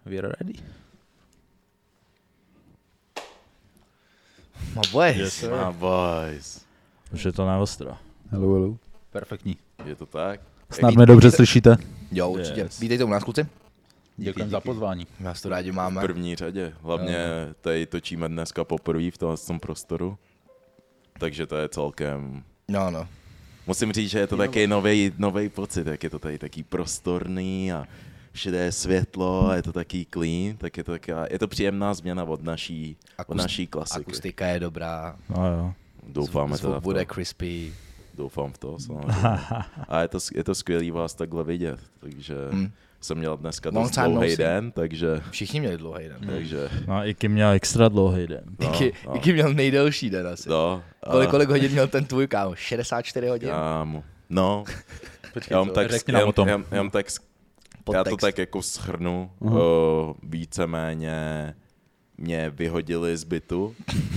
we're ready. My boys. Yes, my boys. Už je to na ostro. Hello. Perfektní. Je to tak? Snad mě dobře slyšíte. Jo, určitě. Yes. Vítejte u nás, kluci. Děkujeme za pozvání. Nás to rádi máme. V první řadě. Hlavně tady točíme dneska poprvé v tom prostoru. Takže to je celkem... No. Musím říct, že je to taky nový pocit, jak je to tady taký prostorný a všude je světlo a je to taký clean, tak je to příjemná změna od naší klasiky. Akustika je dobrá. No jo. Doufáme Zvuk teda v bude to. crispy. Doufám v to, samozřejmě. A je to skvělý vás takhle vidět, takže jsem měl dneska dost dlouhý den, takže... Všichni měli dlouhý den. Takže... No, Iky měl extra dlouhý den. Iky měl nejdelší den asi. No, Kolik hodin měl ten tvůj, kámo? 64 hodin? Kámo, no. Počkej, Já to tak jako shrnu, víceméně mě vyhodili z bytu.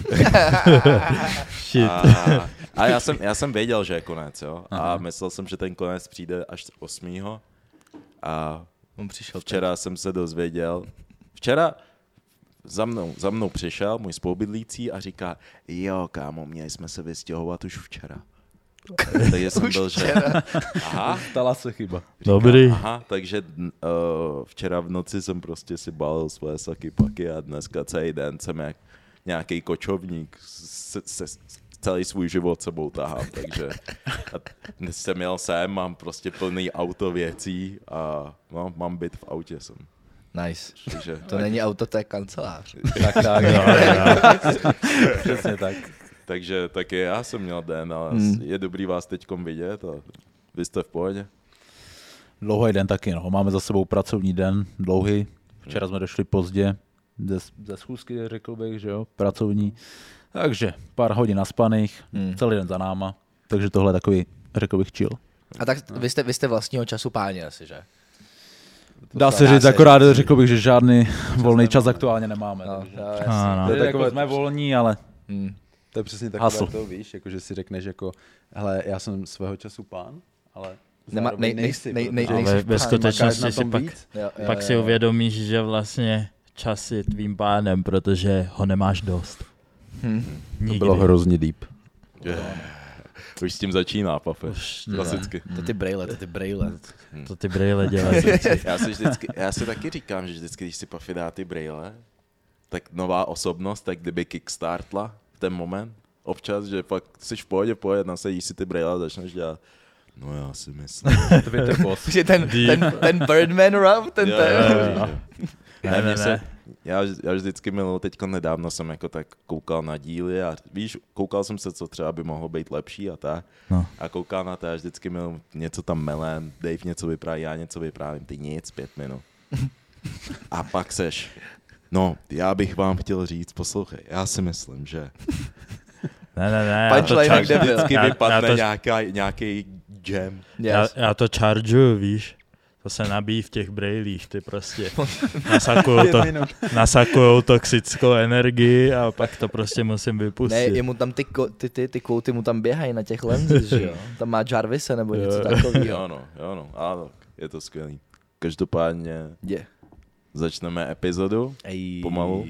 Shit. A já jsem věděl, že je konec, jo. A myslel jsem, že ten konec přijde až 8. A včera jsem se dozvěděl. Včera za mnou přišel můj spolubydlící a říká, jo kámo, měli jsme se vystěhovat už včera. Takže jsem byl, že... Aha. Stala se chyba. Říká, Dobrý. Aha, takže včera v noci jsem prostě si balil svoje saky paky a dneska celý den jsem jak nějaký kočovník celý svůj život sebou tahám, takže dnes jsem jel sem, mám prostě plný auto věcí a no, mám byt v autě jsem. Nice. Takže, To není auto, to je kancelář. Tak. Přesně tak. takže taky já jsem měl den, ale je dobrý vás teďkom vidět a vy jste v pohodě. Dlouhý den taky, no. Máme za sebou pracovní den, dlouhý. Včera jsme došli pozdě ze schůzky, řekl bych, že jo, pracovní. Takže pár hodin naspaných, celý den za náma. Takže tohle je takový, řekl bych, chill. A tak vy jste vlastního času páni asi, že? Dá se říct, akorát řekl bych, že žádný volný čas aktuálně nemáme. No, Takže. jasně. To je jako jsme volní, ale... To je přesně takové to, víš, jako že si řekneš jako, hele, já jsem svého času pán, ale nejsi. Ve skutečnosti si pak si jo. uvědomíš, že vlastně čas je tvým pánem, protože ho nemáš dost. To bylo hrozně deep. Už s tím začíná, Pafe. Klasicky. To ty brejle. To ty brejle dělají. Já si taky říkám, že vždycky, když si Pafi dá ty brejle, tak nová osobnost, tak kdyby kickstartla v ten moment, občas, že fakt jsi v pohodě, nasadíš si ty brejle a začneš dělat. No já si myslím. Twitter boss. Že ten Birdman rap, Ne. Já vždycky miluji, teďko nedávno jsem jako tak koukal na díly a víš, koukal jsem se, co třeba by mohlo být lepší a tak. No. A koukal na to a vždycky miluji něco tam melem, Dave něco vypráví, já něco vyprávím, ty nic, 5 minut. A pak seš, no, já bych vám chtěl říct, poslouchej, já si myslím, že... Ne. Vždycky vypadne nějaký jam. Yes. Já to charguju, víš. To se nabíjí v těch brejlích, ty prostě nasakujou toxickou energii a pak to prostě musím vypustit. Ne, jemu tam ty kvóty mu tam běhají na těch lenzích, že jo? Tam má Jarvise nebo něco takového. Jo no, ano, je to skvělý. Každopádně začneme epizodu pomalu.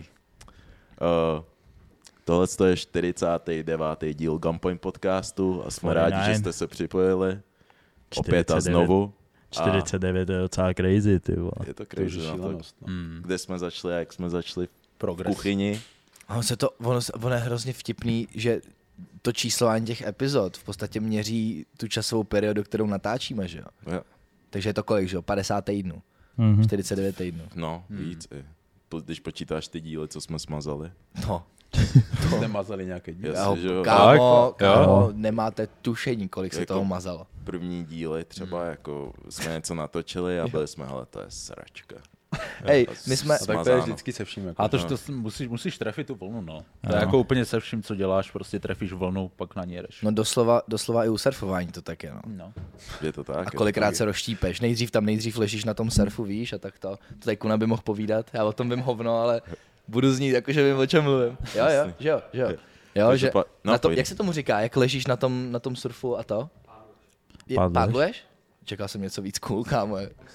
Tohle je 49. díl Gunpoint podcastu a jsme rádi, že jste se připojili. Opět a znovu. 49 je docela crazy, ty vole. Je to crazy, kde jsme začali, jak jsme začali v kuchyni. Ono je hrozně vtipný, že to číslování těch epizod v podstatě měří tu časovou periodu, kterou natáčíme, že jo? Takže je to kolik, že jo? 50 týdnů. 49 týdnů. No, víc i. Když počítáš ty díly, co jsme smazali. No. Jste mazali nějaké díly. Kámo, nemáte tušení, kolik se toho mazalo. První díly třeba, jako jsme něco natočili a byli jsme, hele, to je sračka. Hej, my jsme... A tak to je vždycky se vším. Jako. A to musíš trefit tu vlnu, no. To je jako úplně se vším, co děláš, prostě trefíš vlnu, pak na ní jedeš. No doslova i u surfování to tak je, no. Je to tak. A kolikrát se rozštípeš. Nejdřív ležíš na tom surfu, víš, a tak to tady Kuna by mohl povídat. Já o tom vím hovno, ale budu znít, jakože vím, o čem mluvím. Jo, že jak se tomu říká, jak ležíš na tom surfu a to? Pádluješ? Čekal jsem něco víc cool, kámo.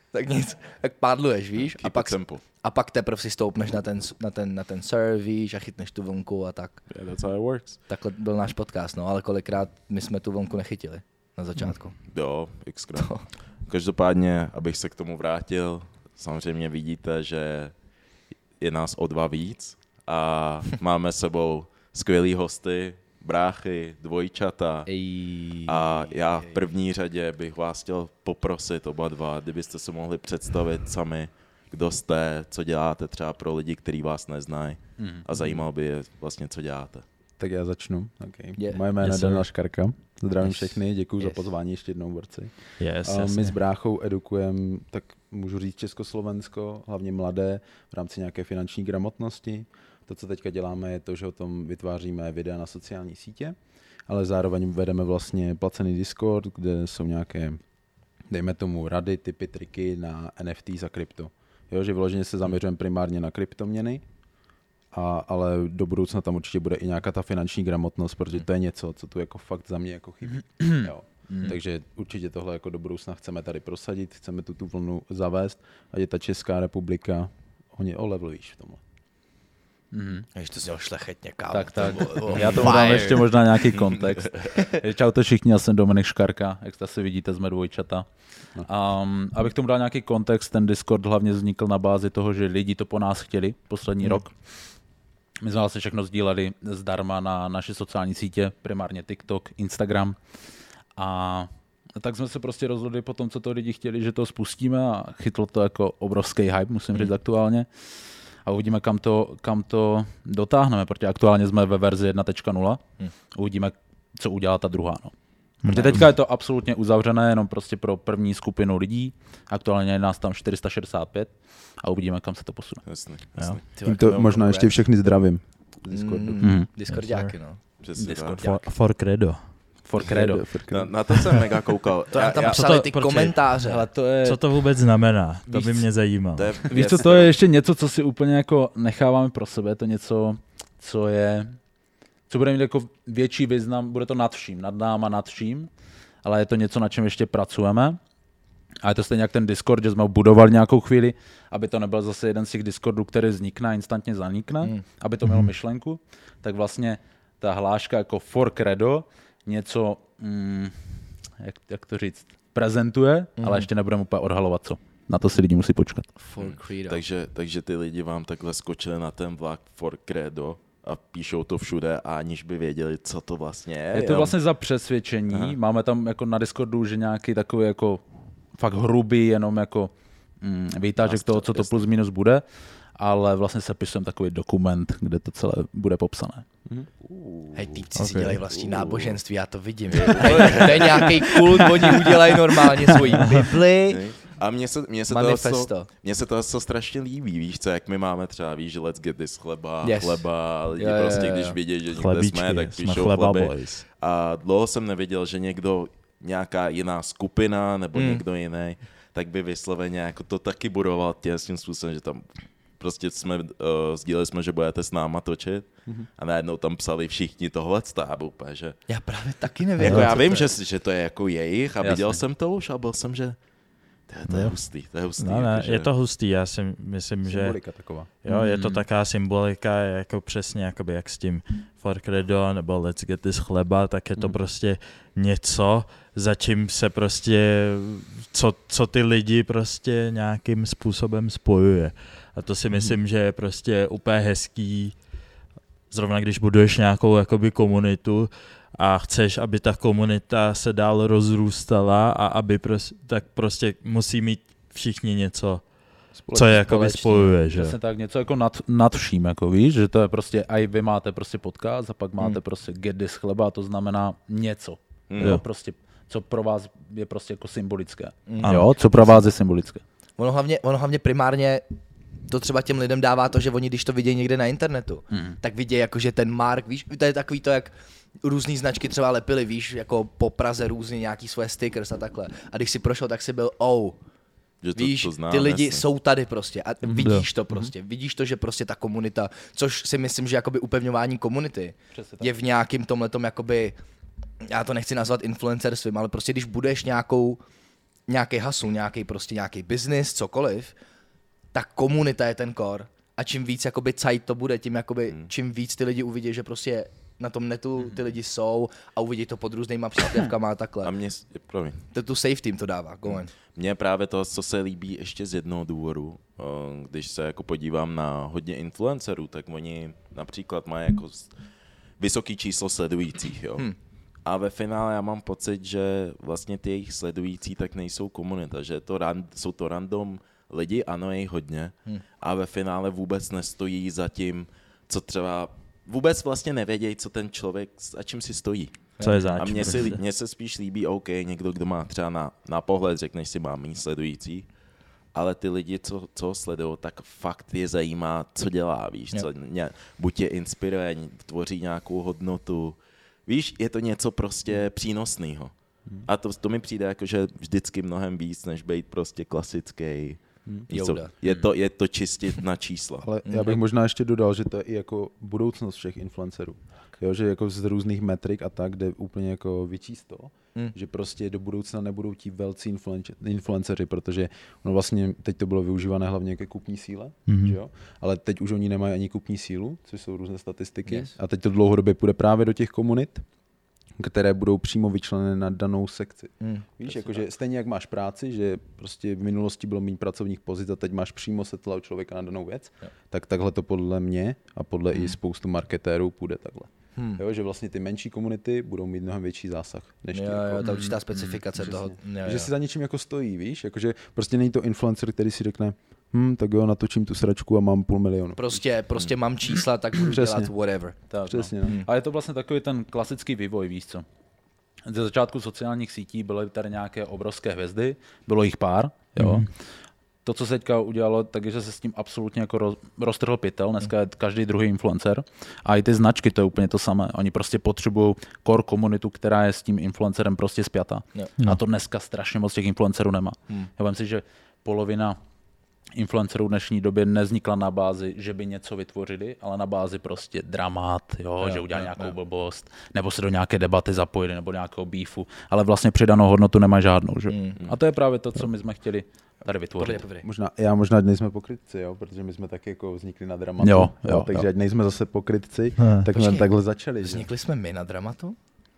tak nic, tak pádluješ, víš, a pak teprve si stoupneš na ten serve, víš, a chytneš tu vlnku a tak. Yeah, that's how it works. Takhle byl náš podcast, no, ale kolikrát my jsme tu vlnku nechytili na začátku. Jo, xkrát. Každopádně, abych se k tomu vrátil, samozřejmě vidíte, že je nás o 2 víc a máme sebou skvělý hosty, bráchy, dvojčata a já v první řadě bych vás chtěl poprosit oba dva, kdybyste se mohli představit sami, kdo jste, co děláte třeba pro lidi, kteří vás neznají a zajímalo by je vlastně, co děláte. Tak já začnu. Okay. Moje jméno je Daniel Škarka. Zdravím všechny, děkuji za pozvání ještě jednou, borci. My s bráchou edukujeme, tak můžu říct Československo, hlavně mladé, v rámci nějaké finanční gramotnosti. To, co teďka děláme, je to, že o tom vytváříme videa na sociální sítě, ale zároveň vedeme vlastně placený Discord, kde jsou nějaké, dejme tomu, rady, tipy, triky na NFT za krypto. Jo, že vyloženě se zaměřujeme primárně na kryptoměny, ale do budoucna tam určitě bude i nějaká ta finanční gramotnost, protože to je něco, co tu jako fakt za mě jako chybí. Jo. Takže určitě tohle jako do budoucna chceme tady prosadit, chceme tu vlnu zavést, ať je ta Česká republika o level výš v tomhle. Když to znělo šlechetně, kámo. Tak. Já tomu dám ještě možná nějaký kontext. Čaute všichni, já jsem Dominik Škarka, jak se vidíte, jsme dvojčata. Abych tomu dal nějaký kontext, ten Discord hlavně vznikl na bázi toho, že lidi to po nás chtěli poslední rok. My jsme vlastně všechno sdíleli zdarma na naše sociální sítě, primárně TikTok, Instagram. A tak jsme se prostě rozhodli po tom, co to lidi chtěli, že to spustíme a chytlo to jako obrovský hype, musím říct aktuálně. A uvidíme, kam to dotáhneme, protože aktuálně jsme ve verzi 1.0. Uvidíme, co udělá ta druhá. No. Protože teďka je to absolutně uzavřené, jenom prostě pro první skupinu lidí. Aktuálně je nás tam 465 a uvidíme, kam se to posune. Jasně. To možná ještě všechny zdravím. Discordiáky, no. For credo. Na to jsem mega koukal. Tam psali ty komentáře. Ale to je... Co to vůbec znamená? To by mě zajímalo. Víš co, to je ještě něco, co si úplně jako necháváme pro sebe. To je něco, co bude mít jako větší význam. Bude to nad vším, nad náma, nad vším. Ale je to něco, na čem ještě pracujeme. A je to stejně jak ten Discord, že jsme ho budovali nějakou chvíli, aby to nebyl zase jeden z těch Discordů, který vznikne a instantně zanikne, aby to mělo myšlenku. Tak vlastně ta hláška jako for credo něco, jak to říct, prezentuje, ale ještě nebudeme úplně odhalovat co. Na to si lidi musí počkat. Takže ty lidi vám takhle skočili na ten vlak for credo a píšou to všude, a aniž by věděli, co to vlastně je. Je to vlastně za přesvědčení. Aha. Máme tam jako na Discordu, že nějaký takový jako fakt hrubý, jenom jako výtažek toho, co to plus minus bude, ale vlastně se pisujeme takový dokument, kde to celé bude popsané. Hej, týpci si dělají vlastní náboženství, já to vidím. To je nějaký kult, oni udělají normálně svoji Bibli. A mně se to strašně líbí, víš co, jak my máme třeba, víš, let's get this chleba, a lidi prostě, když vidí, že někde jsme, tak píšou chleby. A dlouho jsem neviděl, že nějaká jiná skupina nebo někdo jiný, tak by vysloveně jako to taky budoval tím způsobem, že tam prostě sdíleli jsme, že budete s náma točit a najednou tam psali všichni tohle úplně, že... Já právě taky nevím. Jako já vím, že to je jako jejich a viděl jsem to už a byl jsem, že to je hustý. No, ne, je to hustý, já si myslím, že... Symbolika taková. Jo, je to taková symbolika, jako přesně jakoby jak s tím for credo nebo let's get this chleba, tak je to prostě něco, za čím se prostě, co ty lidi prostě nějakým způsobem spojuje. A to si myslím, že je prostě úplně hezký, zrovna když buduješ nějakou jakoby komunitu a chceš, aby ta komunita se dál rozrůstala a aby tak prostě musí mít všichni něco, co je jakoby spojuje, že? Přesně tak, něco jako nad vším, jako víš, že to je prostě, a vy máte prostě podcast a pak máte prostě get this chleba, a to znamená něco, jo, prostě, co pro vás je prostě jako symbolické. Jo, co pro vás je symbolické. Ono hlavně primárně to třeba těm lidem dává to, že oni, když to vidějí někde na internetu, tak vidějí jako, že ten mark, víš, to je takový to, jak různý značky třeba lepily, víš, jako po Praze různý nějaký svoje stickers a takhle. A když si prošel, tak si byl, víš, to znám, ty lidi jsou tady prostě a vidíš to prostě. Vidíš to, že prostě ta komunita, což si myslím, že jakoby upevňování komunity je v nějakým tomhletom jakoby, já to nechci nazvat influencerstvím, ale prostě když budeš nějakou nějaký hustle, nějaký business, cokoliv, tak komunita je ten core. A čím víc jakoby cajt to bude, tím jakoby, čím víc ty lidi uvidí, že prostě na tom netu ty lidi jsou a uvidí to pod různýma příspěvkama a takhle. A mě, tu safety jim to dává, go on. Mně právě to, co se líbí ještě z jednoho důvodu, když se jako podívám na hodně influencerů, tak oni například mají jako vysoký číslo sledujících, jo. A ve finále já mám pocit, že vlastně ty jejich sledující tak nejsou komunita, že jsou to random lidi, ano, je jich hodně, a ve finále vůbec nestojí za tím, co třeba vůbec vlastně nevědějí, co ten člověk, za čím si stojí. Co je zač? A mně se spíš líbí, OK, někdo, kdo má třeba na pohled, řekneš si, má méně sledující, ale ty lidi, co sledují, tak fakt je zajímá, co dělá, víš, co, buď je inspiruje, tvoří nějakou hodnotu, víš, je to něco prostě přínosného. A to mi přijde jako, že vždycky mnohem víc, než být prostě klasický. Je to čistě na čísla. Ale já bych možná ještě dodal, že to je i jako budoucnost všech influencerů. Jo, že jako z různých metrik a tak, kde úplně jako vyčíst to, že prostě do budoucna nebudou ti velcí influenceři, protože ono vlastně teď to bylo využívané hlavně ke kupní síle, že jo? Ale teď už oni nemají ani kupní sílu, což jsou různé statistiky. A teď to dlouhodobě půjde právě do těch komunit, které budou přímo vyčleněny na danou sekci. Víš, jakože stejně jak máš práci, že prostě v minulosti bylo méně pracovních pozic a teď máš přímo setlého člověka na danou věc, tak takhle to podle mě a podle i spoustu marketérů půjde takhle. Jo, že vlastně ty menší komunity budou mít mnohem větší zásah. Než ta určitá specifikace toho. Že si za něčím jako stojí, víš, jakože prostě není to influencer, který si řekne, tak jo, natočím tu sračku a mám 500 000. Prostě mám čísla, tak budu dělat whatever. Tak, přesně, no. A je to vlastně takový ten klasický vývoj, víš co. Ze začátku sociálních sítí byly tady nějaké obrovské hvězdy, bylo jich pár, jo. To, co se teďka udělalo, tak je, že se s tím absolutně jako roztrhl pytel. Dneska je každý druhý influencer. A i ty značky, to je úplně to samé. Oni prostě potřebují core komunitu, která je s tím influencerem prostě spjatá. A to dneska strašně moc těch influencerů nemá. Já vím si, že polovina influencerů v dnešní době nevznikla na bázi, že by něco vytvořili, ale na bázi prostě dramat, že udělá nějakou blbost, nebo se do nějaké debaty zapojili, nebo nějakého beefu, ale vlastně přidanou hodnotu nemá žádnou. Že? A to je právě to, co my jsme chtěli tady vytvořit. Možná nejsme pokrytci, jo? Protože my jsme taky jako vznikli na dramatu, takže ať nejsme zase pokrytci, tak jsme takhle začali. Vznikli jsme my na dramatu?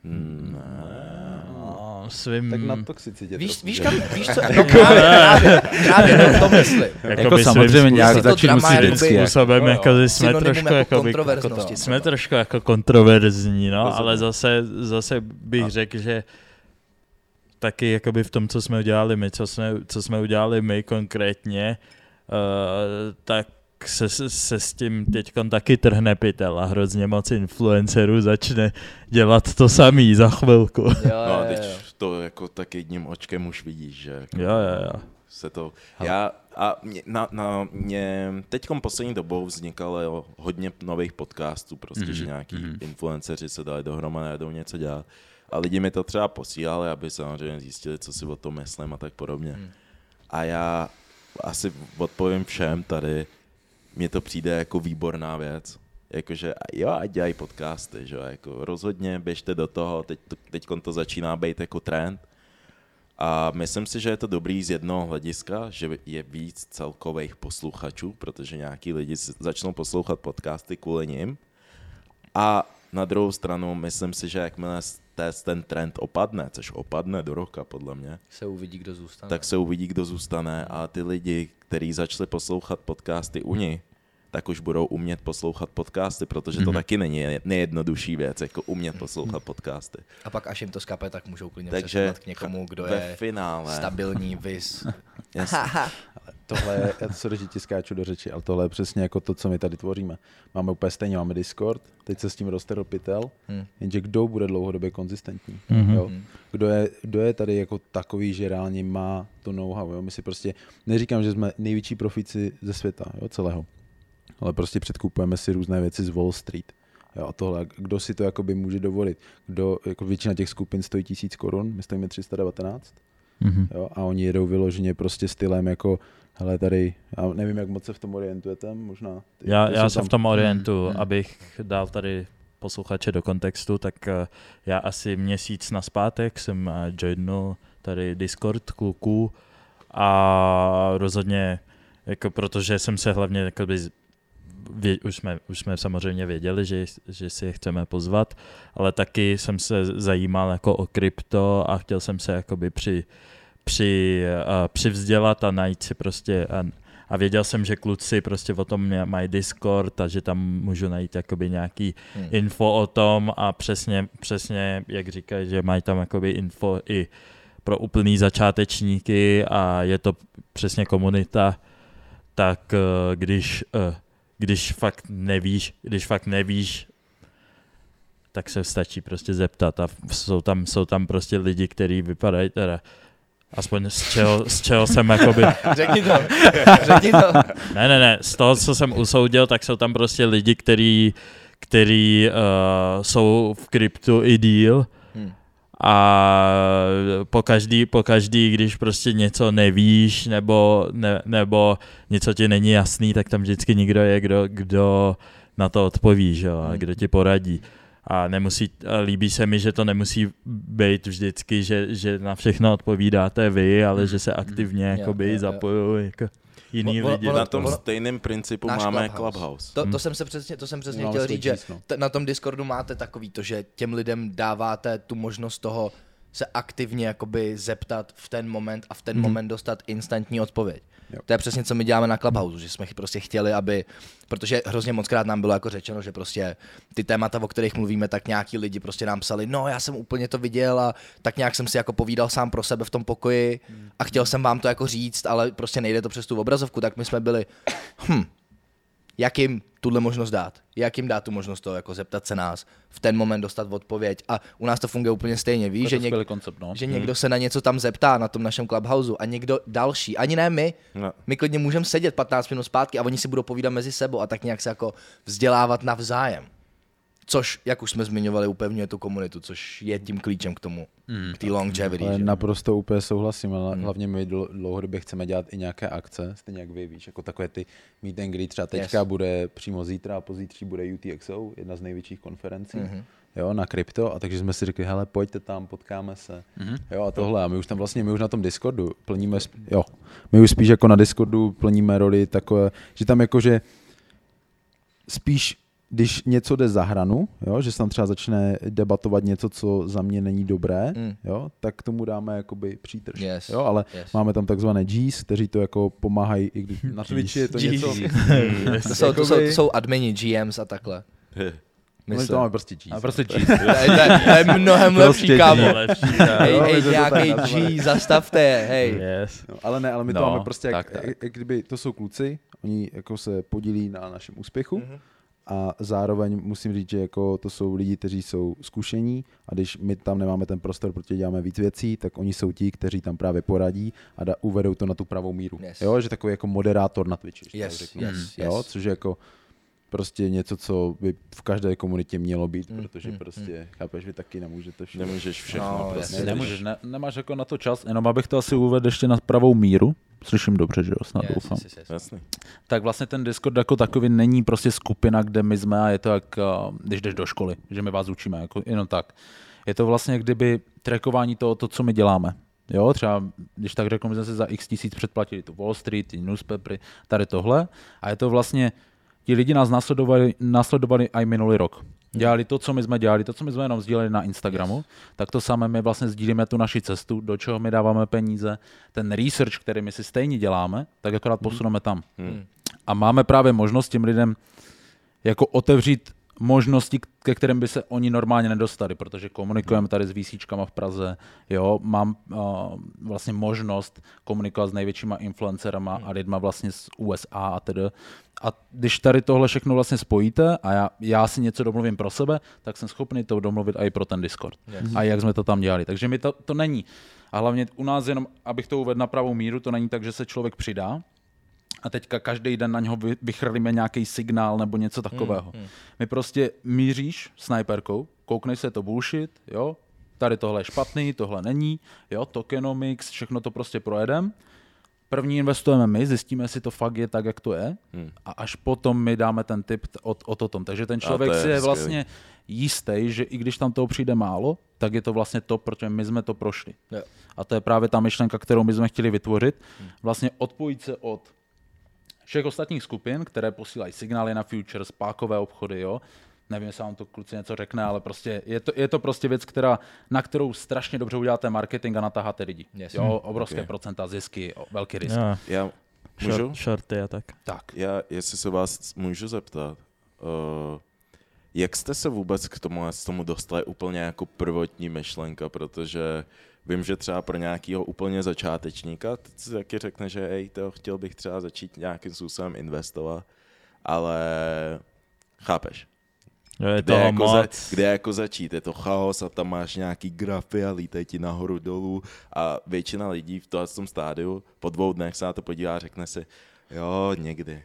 Tak na toxicitě. Víš co? No právě to myslím. Jako samozřejmě nějak začít musí vždycky. Způsobem, jako jsme trošku jako kontroverzní, no, ale zase bych řekl, že taky jakoby v tom, co jsme udělali my, co jsme udělali my konkrétně, tak se s tím teďkon taky trhne pytel a hrozně moc influencerů začne dělat to samý za chvilku. No teď to jako tak jedním očkem už vidíš, že jako se to... Mě teďkom poslední dobou vznikalo hodně nových podcastů, prostě, že nějaký influenceři se dali dohromady a jdou něco dělat. A lidi mi to třeba posílali, aby samozřejmě zjistili, co si o tom myslím a tak podobně. A já asi odpovím všem tady, mně to přijde jako výborná věc. Jakože ať dělají podcasty, že jako rozhodně běžte do toho, teďkon to začíná být jako trend. A myslím si, že je to dobrý z jednoho hlediska, že je víc celkových posluchačů, protože nějaký lidi začnou poslouchat podcasty kvůli nim. A na druhou stranu myslím si, že jakmile ten trend opadne, což opadne do roka podle mě, tak se uvidí, kdo zůstane a ty lidi, kteří začali poslouchat podcasty u ní, tak už budou umět poslouchat podcasty, protože to taky není nejjednodušší věc, jako umět poslouchat podcasty. A pak až jim to skape, tak můžou klidně přesouvat k někomu, kdo je stabilní, viz. Tohle, já se ti skáču do řeči, ale tohle je přesně jako to, co my tady tvoříme. Máme úplně stejně, máme Discord, teď se s tím roztrhl pytel, jenže kdo bude dlouhodobě konzistentní? Jo? Kdo je tady jako takový, že reálně má to know-how? Jo? My si prostě, neříkám, že jsme největší profíci ze světa, jo, celého, ale prostě předkupujeme si různé věci z Wall Street. Jo, a tohle, kdo si to jakoby může dovolit? Jako většina těch skupin stojí 1000 korun, my stojíme 319. Jo, a oni jedou vyloženě prostě stylem jako, hele tady, já nevím, jak moc se v tom orientujete, možná. Já se v tom orientuju, abych dal tady posluchače do kontextu, tak já asi měsíc nazpátek jsem joinul tady Discord kluků a rozhodně, jako protože jsem se hlavně jakoby, už jsme samozřejmě věděli, že si je chceme pozvat, ale taky jsem se zajímal jako o krypto a chtěl jsem se jakoby přivzdělat a najít si prostě a věděl jsem, že kluci prostě o tom mají Discord a že tam můžu najít jakoby nějaký info o tom a přesně jak říkají, že mají tam jakoby info i pro úplný začátečníky a je to přesně komunita, tak když fakt nevíš, tak se stačí prostě zeptat a jsou tam prostě lidi, kteří vypadají teda aspoň z čeho jsem jakoby... Řekni to. Ne, z toho, co jsem usoudil, tak jsou tam prostě lidi, kteří jsou v kryptu i díl a po každý, když prostě něco nevíš nebo něco ti není jasný, tak tam vždycky někdo je, kdo na to odpoví, že? A kdo ti poradí. A líbí se mi, že to nemusí být vždycky, že na všechno odpovídáte vy, ale že se aktivně jakoby zapojují jako jiný lidi. Na tom stejném principu máme Clubhouse. To jsem přesně chtěl říct, že na tom Discordu máte takový to, že těm lidem dáváte tu možnost toho se aktivně jakoby zeptat v ten moment a v ten moment dostat instantní odpověď. Jo. To je přesně, co my děláme na Clubhouse, že jsme prostě chtěli, protože hrozně mockrát nám bylo jako řečeno, že prostě ty témata, o kterých mluvíme, tak nějaký lidi prostě nám psali, no já jsem úplně to viděl a tak nějak jsem si jako povídal sám pro sebe v tom pokoji a chtěl jsem vám to jako říct, ale prostě nejde to přes tu obrazovku, tak my jsme byli, jak jim tuhle možnost dát? Jak jim dát tu možnost toho, jako zeptat se nás, v ten moment dostat odpověď? A u nás to funguje úplně stejně, víš, že někdo se na něco tam zeptá na tom našem Clubhouse a někdo další, ani ne my, my klidně můžeme sedět 15 minut zpátky a oni si budou povídat mezi sebou a tak nějak se jako vzdělávat navzájem. Což, jak už jsme zmiňovali, upevňuje tu komunitu, což je tím klíčem k tomu, k té longevity. Naprosto úplně souhlasím, ale hlavně my dlouhodobě chceme dělat i nějaké akce, stejně jak vy víš, jako takové ty meet and greet, třeba teďka bude přímo zítra a pozítří bude UTXO, jedna z největších konferencí, jo, na krypto, a takže jsme si řekli, hele, pojďte tam, potkáme se, jo, a tohle, a my už na tom Discordu plníme, my už spíš jako na Discordu plníme roli takové, že tam jakože spíš když něco jde za hranu, jo, že se tam třeba začne debatovat něco, co za mě není dobré, jo, tak tomu dáme jakoby přítrž. Jo, ale máme tam takzvané Gs, kteří to jako pomáhají, i když na Twitchi je to něco... To jsou admini, GMs a takhle. My to máme prostě Gs. A prostě Gs. To je mnohem lepší, kámo. Hej, nějaký G, zastavte je, hej. No, ale my to máme prostě, jak kdyby to jsou kluci, oni jako se podílí na našem úspěchu, a zároveň musím říct, že jako to jsou lidi, kteří jsou zkušení a když my tam nemáme ten prostor, protože děláme víc věcí, tak oni jsou ti, kteří tam právě poradí a uvedou to na tu pravou míru. Jo, že takový jako moderátor na Twitchi. Jo, což je jako prostě něco, co by v každé komunitě mělo být, protože prostě, chápeš, vy taky nemůžete všechno. Nemůžeš všechno. Prostě. Nemáš jako na to čas, jenom abych to asi uvedl ještě na pravou míru. Slyším dobře, že jo, snad doufám. Jasný. Tak vlastně ten Discord jako takový není prostě skupina, kde my jsme a je to jak, když jdeš do školy, že my vás učíme, jako jenom tak. Je to vlastně kdyby trackování toho, co my děláme. Jo, třeba, když tak řeknu, my jsme se za x tisíc předplatili tu Wall Street, ty newspapery, tady tohle a je to vlastně, ti lidi nás následovali i minulý rok. Dělali to, co my jsme dělali, to, co my jsme jenom sdíleli na Instagramu, tak to samé my vlastně sdílíme tu naši cestu, do čeho my dáváme peníze, ten research, který my si stejně děláme, tak akorát posuneme tam. A máme právě možnost těm lidem jako otevřít možnosti, ke kterým by se oni normálně nedostali, protože komunikujeme tady s VCčkama v Praze, jo, mám vlastně možnost komunikovat s největšíma influencerama a lidma vlastně z USA a tedy. A když tady tohle všechno vlastně spojíte a já si něco domluvím pro sebe, tak jsem schopný to domluvit i pro ten Discord. A jak jsme to tam dělali. Takže mi to není. A hlavně u nás jenom, abych to uvedl na pravou míru, to není tak, že se člověk přidá a teďka každý den na něho vychrlíme nějaký signál nebo něco takového. My prostě míříš sniperkou, koukneš se to bullshit, jo, tady tohle je špatný, tohle není, jo, tokenomics, všechno to prostě projedem. první investujeme my, zjistíme, jestli to fakt je tak, jak to je, a až potom my dáme ten tip o tom. Takže ten člověk si je vlastně jistý, že i když tam toho přijde málo, tak je to vlastně to, protože my jsme to prošli. Jo. A to je právě ta myšlenka, kterou my jsme chtěli vytvořit. Vlastně odpojit se od všech ostatních skupin, které posílají signály na futures, pákové obchody, jo. Nevím, jestli vám to kluci něco řekne, ale prostě je to prostě věc, na kterou strašně dobře uděláte marketing a natáháte lidi. Yes. Jo, obrovské procenta zisky, velký risk. Já můžu? Shorty a tak. Já, jestli se vás můžu zeptat, jak jste se vůbec k tomu dostali úplně jako prvotní myšlenka, protože vím, že třeba pro nějakého úplně začátečníka teď si taky řekne, že chtěl bych třeba začít nějakým způsobem investovat, ale chápeš? Je toho kde jako začít, je to chaos a tam máš nějaký grafy a lítají ti nahoru dolů a většina lidí v tom stádiu po 2 dnech se na to podívá a řekne si, jo, někdy.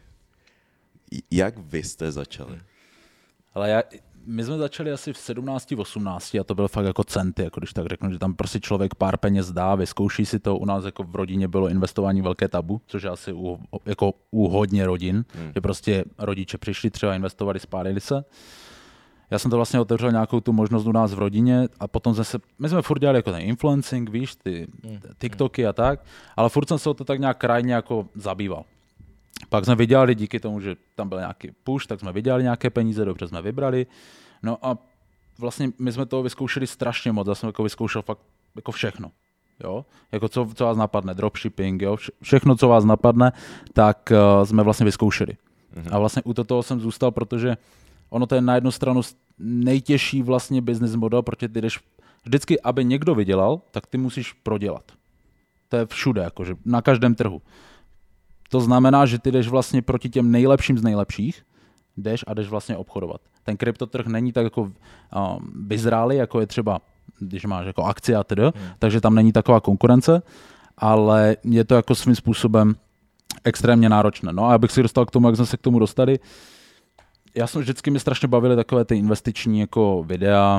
Jak vy jste začali? Ale my jsme začali asi v 17, 18 a to bylo fakt jako centy, jako když tak řeknu, že tam prostě člověk pár peněz dá, vyzkouší si to. U nás jako v rodině bylo investování velké tabu, což je asi u hodně rodin, že prostě rodiče přišli, třeba investovali, spálili se. Já jsem to vlastně otevřel nějakou tu možnost u nás v rodině a potom my jsme furt dělali jako ten influencing, víš, ty TikToky a tak, ale furt jsem se o to tak nějak krajně jako zabýval. Pak jsme vydělali díky tomu, že tam byl nějaký push, tak jsme vydělali nějaké peníze, dobře jsme vybrali. No a vlastně my jsme toho vyzkoušeli strašně moc, já jsem jako vyzkoušel fakt jako všechno. Jo? Jako co vás napadne, dropshipping, jo? Všechno, co vás napadne, tak jsme vlastně vyzkoušeli. A vlastně u toho jsem zůstal, protože ono to je na jednu stranu nejtěžší vlastně business model, protože ty jdeš vždycky, aby někdo vydělal, tak ty musíš prodělat. To je všude, jakože na každém trhu. To znamená, že ty jdeš vlastně proti těm nejlepším z nejlepších, jdeš vlastně obchodovat. Ten kryptotrh není tak jako vyzrálý, jako je třeba, když máš jako akcie a tedy, takže tam není taková konkurence, ale je to jako svým způsobem extrémně náročné. No a abych si dostal k tomu, jak jsme se k tomu dostali, já jsem vždycky mi strašně bavily takové ty investiční jako videa,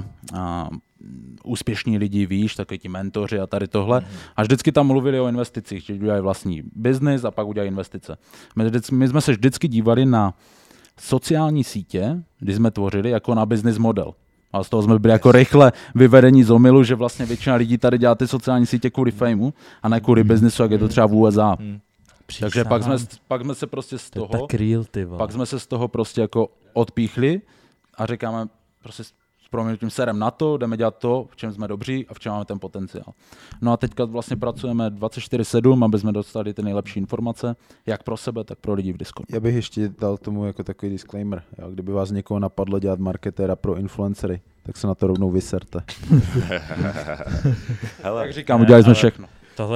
úspěšní lidi, víš, takový ti mentoři a tady tohle. A vždycky tam mluvili o investicích, že udělají vlastní biznis a pak udělají investice. My jsme se vždycky dívali na sociální sítě, když jsme tvořili, jako na business model. A z toho jsme byli jako rychle vyvedení z omylu, že vlastně většina lidí tady dělá ty sociální sítě kvůli fameu a ne kvůli biznisu, jak je to třeba v USA. Takže pak jsme se prostě z toho, pak jsme se z toho prostě jako odpíchli a říkáme prostě s proměnutím serem na to, jdeme dělat to, v čem jsme dobří a v čem máme ten potenciál. No a teďka vlastně pracujeme 24/7, aby jsme dostali ty nejlepší informace, jak pro sebe, tak pro lidi v Discordu. Já bych ještě dal tomu jako takový disclaimer. Jo? Kdyby vás někoho napadlo dělat marketéra pro influencery, tak se na to rovnou vyserte. Jak říkám, udělali jsme všechno.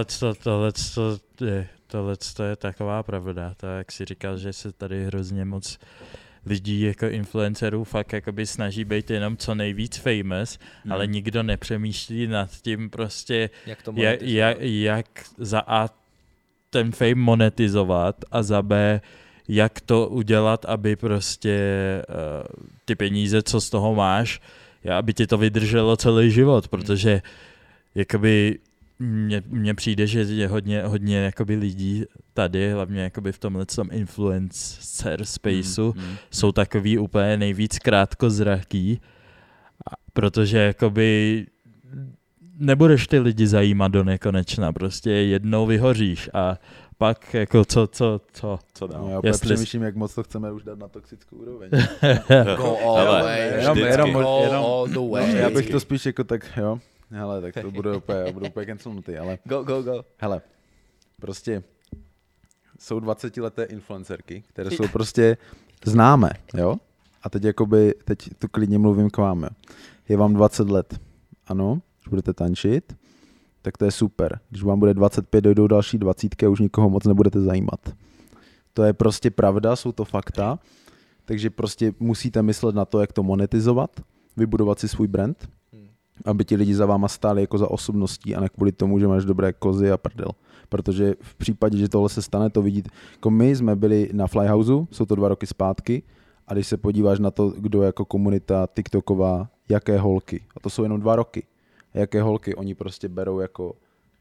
Tohle je taková pravda, tak jak jsi říkal, že se tady hrozně moc lidí jako influencerů fakt jakoby snaží být jenom co nejvíc famous, ale nikdo nepřemýšlí nad tím prostě, jak za A ten fame monetizovat a za B jak to udělat, aby prostě ty peníze, co z toho máš, aby ti to vydrželo celý život, protože jakoby mně přijde, že je hodně jakoby lidí tady, hlavně jakoby v tomhletom influencer spaceu, jsou takový úplně nejvíc krátkozraký, protože jakoby nebudeš ty lidi zajímat do nekonečna, prostě jednou vyhoříš a pak jako co dál. No, já přemýšlím, jak moc to chceme už dát na toxickou úroveň. Go all the way. Já bych to spíš jako tak, jo. Hele, tak to budu úplně cancelnutý, ale... Go. Hele, prostě jsou 20leté influencerky, které jsou prostě známé, jo? A teď to klidně mluvím k vám, jo. Je vám 20 let, ano, když budete tančit, tak to je super. Když vám bude 25, dojdou další 20 a už nikoho moc nebudete zajímat. To je prostě pravda, jsou to fakta, takže prostě musíte myslet na to, jak to monetizovat, vybudovat si svůj brand, aby ti lidi za váma stáli jako za osobností a ne kvůli tomu, že máš dobré kozy a prdel. Protože v případě, že tohle se stane, to vidíte. Jako my jsme byli na Flyhouseu, jsou to 2 roky zpátky, a když se podíváš na to, kdo jako komunita TikToková, jaké holky, a to jsou jenom 2 roky, jaké holky oni prostě berou jako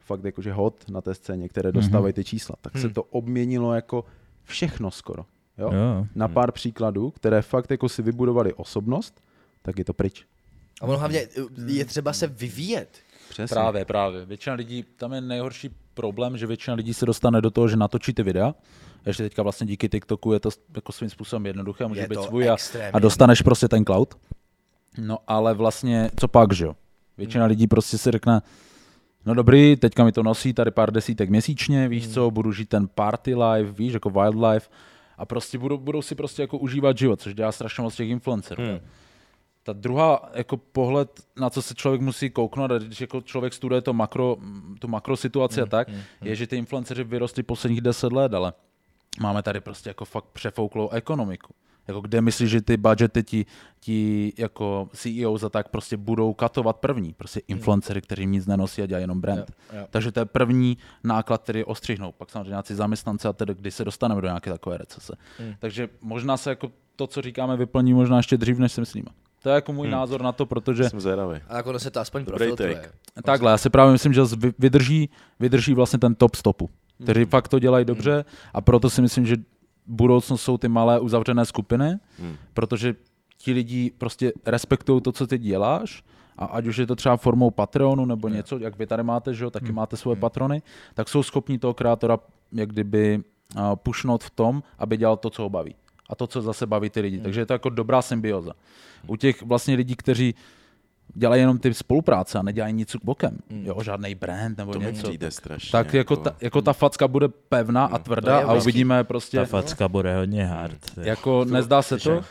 fakt jakože hot na té scéně, které dostávají ty čísla, tak se to obměnilo jako všechno skoro. Jo? Na pár příkladů, které fakt jako si vybudovali osobnost, tak je to pryč. A ono hlavně je třeba se vyvíjet. Přesně. Právě. Většina lidí, tam je nejhorší problém, že většina lidí se dostane do toho, že natočí ty videa. Ještě teďka vlastně díky TikToku je to jako svým způsobem jednoduché, může být svůj a dostaneš prostě ten cloud. No ale vlastně, co pak, že jo? Většina lidí prostě si řekne, no dobrý, teďka mi to nosí tady pár desítek měsíčně, víš co, budu žít ten party life, víš, jako wildlife a prostě budou si prostě jako užívat život, což dělá strašně moc těch influencerů. Ta druhá jako pohled, na co se člověk musí kouknout, když jako člověk studuje tu makrosituaci a tak, je, že ty influenceři vyrostli posledních 10 let, ale máme tady prostě jako fakt přefouklou ekonomiku. Jako kde myslíš, že ty budgety ti jako CEOs a tak prostě budou katovat první? Prostě influencery, kteří nic nenosí a dělají jenom brand. Jo. Takže to je první náklad, který ostřihnou. Pak samozřejmě nějaký zaměstnanci a tedy, když se dostaneme do nějaké takové recese. Takže možná se jako to, co říkáme, vyplní možná ještě dřív, než si myslíme. To je jako můj názor na to, protože... Jsem zvědavý. A jako se to aspoň profiltruje. Takhle, já si právě myslím, že vydrží vlastně ten top stopu, kteří fakt to dělají dobře a proto si myslím, že budoucnost jsou ty malé uzavřené skupiny, protože ti lidi prostě respektují to, co ty děláš a ať už je to třeba formou Patreonu nebo něco, jak vy tady máte, že jo, taky máte svoje patrony, tak jsou schopni toho kreatora jak kdyby pushnout v tom, aby dělal to, co ho baví. A to, co zase baví ty lidi. Takže je to jako dobrá symbioza. U těch vlastně lidí, kteří dělají jenom ty spolupráce a nedělají nic bokem. Jo, žádný brand nebo to něco. Strašně, tak jako ta facka bude pevná a tvrdá a uvidíme prostě... Ta facka bude hodně hard. Jako nezdá se to.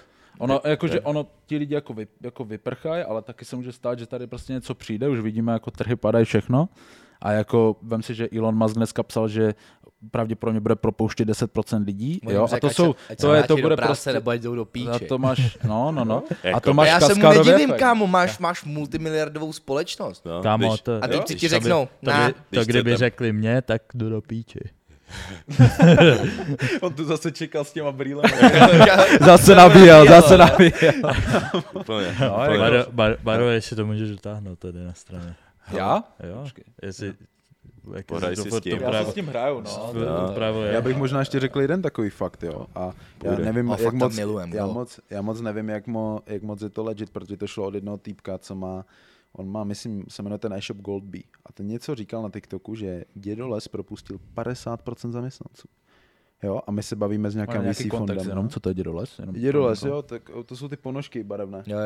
Ono ti lidi jako vyprchají, ale taky se může stát, že tady prostě něco přijde, už vidíme, jako trhy padají všechno. A jako vem si, že Elon Musk dneska psal, že pravděpodobně bude propouštět 10% lidí. Jo? A to bude práce, nebo jdou do píči. A to máš, no. A to máš. Já se mu nedivím, kámo, máš multimiliardovou společnost. No, kámo, a teď ti řeknou, to kdyby řekli mě, tak jdu do píči. On tu zase čekal s těma brýlemi. Zase nabíjel. Baro, jestli to můžeš dotáhnout tady na straně. Já? Jo, jestli... Pohraj si s tím. Já si s tím hraju, no. Já bych možná ještě řekl jeden takový fakt, jo. A já nevím, já moc nevím, jak moc je to legit, protože to šlo od jednoho týpka, co má, on má, myslím, se jmenuje ten e-shop Goldbee. A ten něco říkal na TikToku, že Dědoles propustil 50% zaměstnanců. Jo, a my se bavíme s nějakým VC fondem. Jenom, co to je Dědoles? Dědoles, jo, tak to jsou ty ponožky barevné. Jo.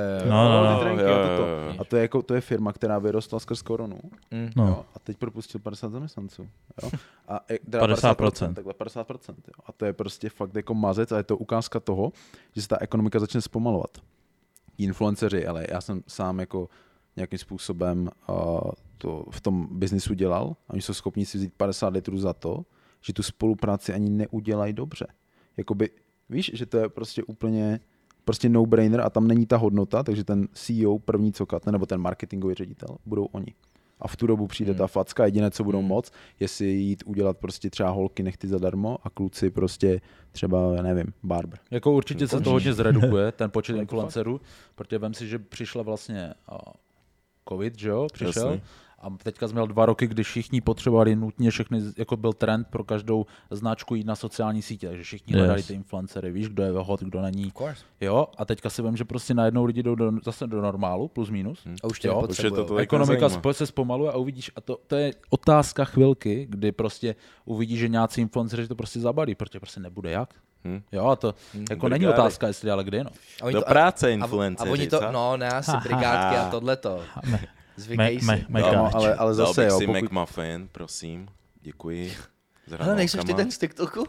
A to je firma, která vyrostla skrz korunu. Jo, a teď propustil 50 zaměstnanců. Jo. A 50%. Takhle 50%. Jo. A to je prostě fakt jako mazec a je to ukázka toho, že se ta ekonomika začne zpomalovat. Influenceři, ale já jsem sám jako nějakým způsobem to v tom biznisu dělal a oni jsou schopni si vzít 50 litrů za to, že tu spolupráci ani neudělají dobře. Jakoby, víš, že to je prostě úplně prostě no-brainer a tam není ta hodnota, takže ten CEO první co katne, nebo ten marketingový ředitel, budou oni. A v tu dobu přijde ta facka, jediné, co budou moc, je si jít udělat prostě třeba holky nechty zadarmo a kluci prostě třeba, nevím, barber. Jako určitě se to hodně zredukuje, ten počet influencerů, protože vem si, že přišla vlastně covid, že jo, přišel. Jasný. A teďka jsme měl 2 roky, kdy všichni potřebovali nutně všechny, jako byl trend pro každou značku jít na sociální sítě, takže všichni hledali ty influencery, víš, kdo je hot, kdo není. Jo, a teďka si vím, že prostě najednou lidi jdou zase do normálu, plus minus. A už tě nepotřebujou. Ekonomika se zpomaluje a uvidíš, a to je otázka chvilky, kdy prostě uvidíš, že nějací influenceři to prostě zabalí, protože prostě nebude jak. Jo, a to jako není otázka, jestli, ale kdy, no. Do práce influenceři, a oni to, no, ne asi brigádky a tohleto. Zvykej si. Ale zase, jo. Si McMuffin, prosím. Děkuji. Ale nejseš ty ten z TikToku?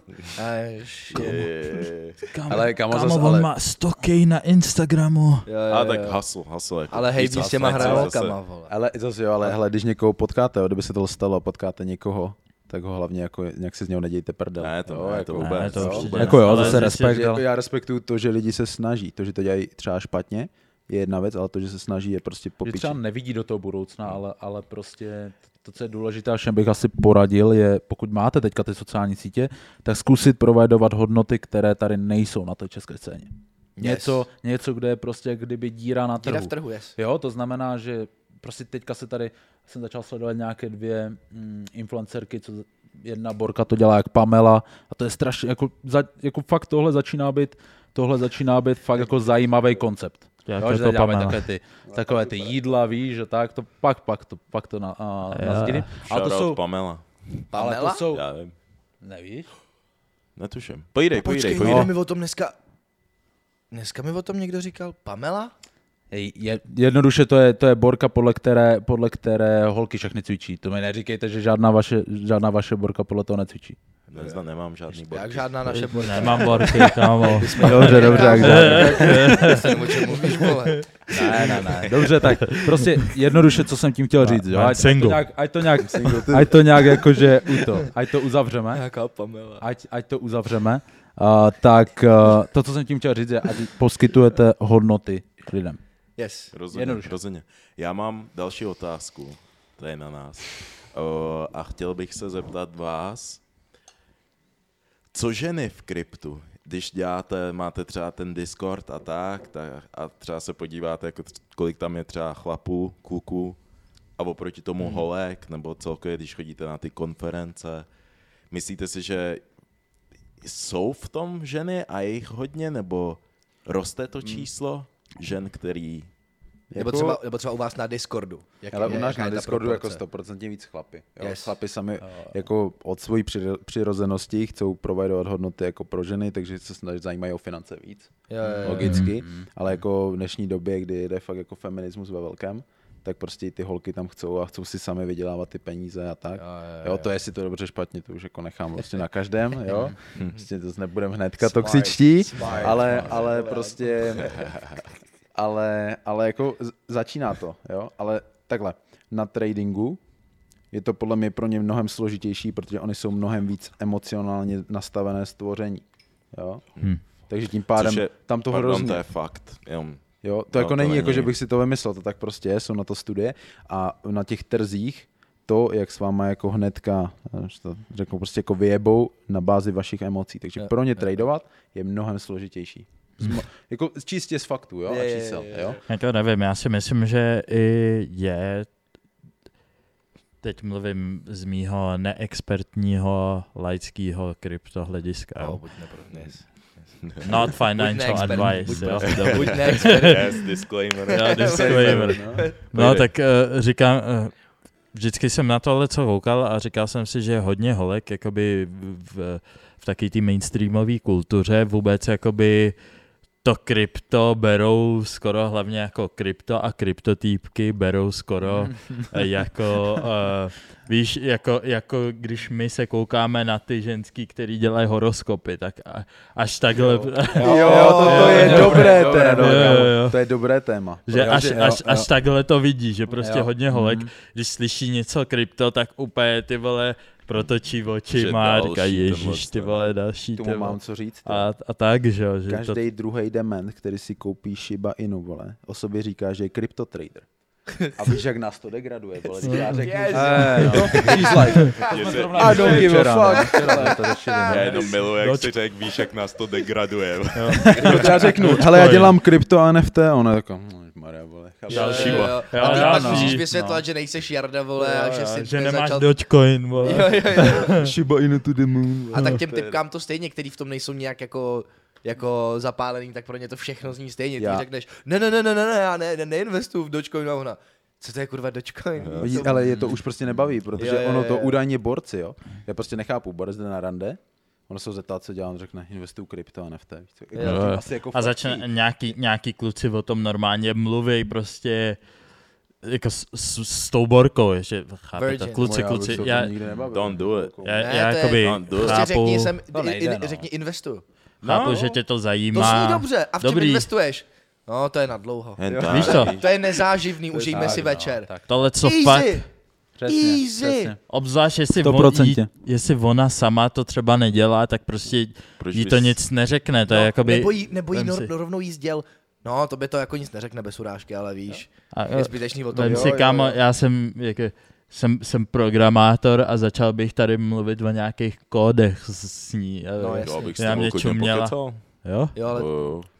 Ale kámo, on má 100k na Instagramu. A tak hustle. Ale hej, s těma hrálkama, vole. Ale zase jo, ale když někoho potkáte, kdyby se to stalo, potkáte někoho, tak ho hlavně jako nějak si z něho nedějte prdel. Ne, to vůbec. Jako jo, zase respekt. Já respektuju to, že lidi se snaží, to, že to dělají třeba špatně, je jedna věc, ale to, že se snaží, je prostě popiči. Že třeba nevidí do toho budoucna, ale prostě to, co je důležité, až bych asi poradil, je, pokud máte teďka ty sociální sítě, tak zkusit provedovat hodnoty, které tady nejsou na té české scéně. Něco, kde je prostě kdyby díra na trhu. Díra v trhu, Jo, to znamená, že prostě teďka jsem začal sledovat nějaké 2 influencerky, co jedna borka to dělá jak Pamela a to je strašně, jako fakt tohle začíná být fakt jako zajímavý koncept. Jo, že děláme takové ty jídla, víš, že tak, to pak to nasdílím. Ale to jsou Pamela. Ale to jsou, já vím. Nevíš? Netuším. Pojídej. Počkej, mi o tom dneska mi o tom někdo říkal, Pamela? Jednoduše to je borka, podle které holky všechny cvičí. To mi neříkejte, že žádná vaše borka podle toho necvičí. Nemám žádný borky. Jak žádná naše borka? Nemám borky, kámo. Dobře, jak žádný. O čem mluvíš, vole? Ne. Dobře, tak prostě jednoduše, co jsem tím chtěl říct. Jo? Ať to nějak jakože ať to uzavřeme. Jaká Pamela. Ať to uzavřeme. Tak to, co jsem tím chtěl říct, je, ať poskytujete hodnoty lidem. Yes. Rozhodně. Já mám další otázku, to je na nás. A chtěl bych se zeptat vás, co ženy v kryptu, když máte třeba ten Discord a tak a třeba se podíváte, jako kolik tam je třeba chlapů, kluků a oproti tomu holek, nebo celkově, když chodíte na ty konference, myslíte si, že jsou v tom ženy a je jich hodně, nebo roste to číslo žen, který... Nebo třeba u vás na Discordu. Ale u nás na Discordu jako 100% víc chlapy. Jo? Yes. Chlapi sami jako od svojí přirozenosti chcou providovat hodnoty jako pro ženy, takže se zajímají o finance víc. Logicky. Ale jako v dnešní době, kdy jde fakt jako feminismus ve velkém, tak prostě ty holky tam chcou si sami vydělávat ty peníze a tak. Jo, to jestli to dobře špatně, to už jako nechám prostě na každém, jo. Prostě to nebudeme hnedka toxičtí, ale prostě... Ale jako začíná to, jo, ale takhle, na tradingu je to podle mě pro ně mnohem složitější, protože oni jsou mnohem víc emocionálně nastavené stvoření, jo. Takže tím pádem tam toho hrozně. To je fakt. Jo, to jako není jako, že bych si to vymyslel, to tak prostě je, jsou na to studie a na těch trzích to, jak s váma jako hnedka, řeknu prostě jako vyjebou na bázi vašich emocí, takže pro ně tradovat je mnohem složitější. Jako čistě z faktů, jo, a čísel, jo. Jako nevím, já si myslím, že i je, teď mluvím z mýho neexpertního laického kryptohlediska. Not financial advice, jo. Buď neexpert. Yes, disclaimer. No tak říkám, vždycky jsem na tohle co koukal a říkal jsem si, že hodně holek jakoby v taky té mainstreamové kultuře vůbec jakoby to krypto berou skoro hlavně jako krypto a kryptotýpky berou skoro jako, víš, jako když my se koukáme na ty ženský, který dělají horoskopy, tak až takhle... To je dobré téma. To je dobré téma. Že až takhle to vidí, že prostě hodně holek, když slyší něco krypto, tak úplně ty vole... protočí očima a říká, ježiš, ty vole, další. Tomu mám co říct. A tak, že jo. Každý druhý dement, který si koupí Shiba Inu, vole, o sobě říká, že je kryptotrader. A víš, jak nás to degraduje, vole. Já řeknu, I don't give a fuck. Já jenom miluji, jak si řekl, víš, jak nás to degraduje. Já řeknu, hele, já dělám krypto a NFT, a ona jako, Maria, vole. Další, a ty pak musíš vysvětlovat, že nejseš Jarda, vole, a že si že nemáš Dogecoin, vole. Shiba Inu to the moon. A tak těm typkám to stejně, který v tom nejsou nějak jako zapálený, tak pro ně to všechno zní stejně. Ty řekneš, ne, já neinvestuju v Dogecoin a ona. Co to je kurva Dogecoin? Ale je to už prostě nebaví, protože ono to údajně borci, jo. Já prostě nechápu, borec jde na rande, ono se ho zeptá, co dělá, on řekne, investuju krypto a NFT. A začne nějaký kluci o tom normálně mluví prostě jako s tou borkou, že chápete, kluci. Don't do it. Já jakoby chápu. Řekni investuju. Chápu, že tě to zajímá. To zní dobře. A v čem investuješ? No, to je na dlouho. Víš to? To je užijme si večer. Tohle co fakt. Easy. Obzvlášť, jestli ona sama to třeba nedělá, tak prostě jí to nic neřekne. To je jakoby... Nebo jí rovnou jí sděl. No, to by to jako nic neřekne bez urážky, ale víš, je zbytečný o tom. Vem si, kámo, já jsem programátor a začal bych tady mluvit o nějakých kódech s ní. No, jasně. Já bych s tebou klidně pokecel. Jo, ale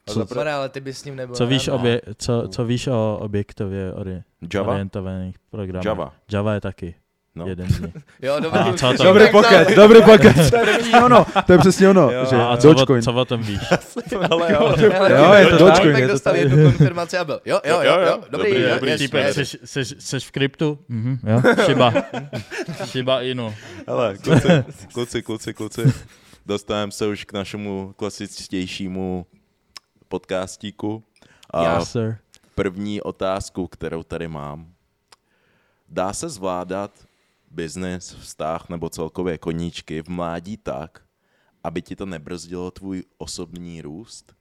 Ale ty bys s ním nebyl. Co víš o objektově orientovaných programech? Java je taky. No. Jeden z nich. Jo, dobrý pocket. To je přesně ono. A co o tom víš? Je to Dogecoin. Tak dostal jednu konfirmaci a byl. Jo, dobrý. Seš v kryptu? Jo, Shiba Inu. Hele, kluci. Dostáváme se už k našemu klasičtějšímu podcastíku. Yes, sir. První otázku, kterou tady mám. Dá se zvládat biznis, vztah nebo celkově koníčky v mládí tak, aby ti to nebrzdilo tvůj osobní růst?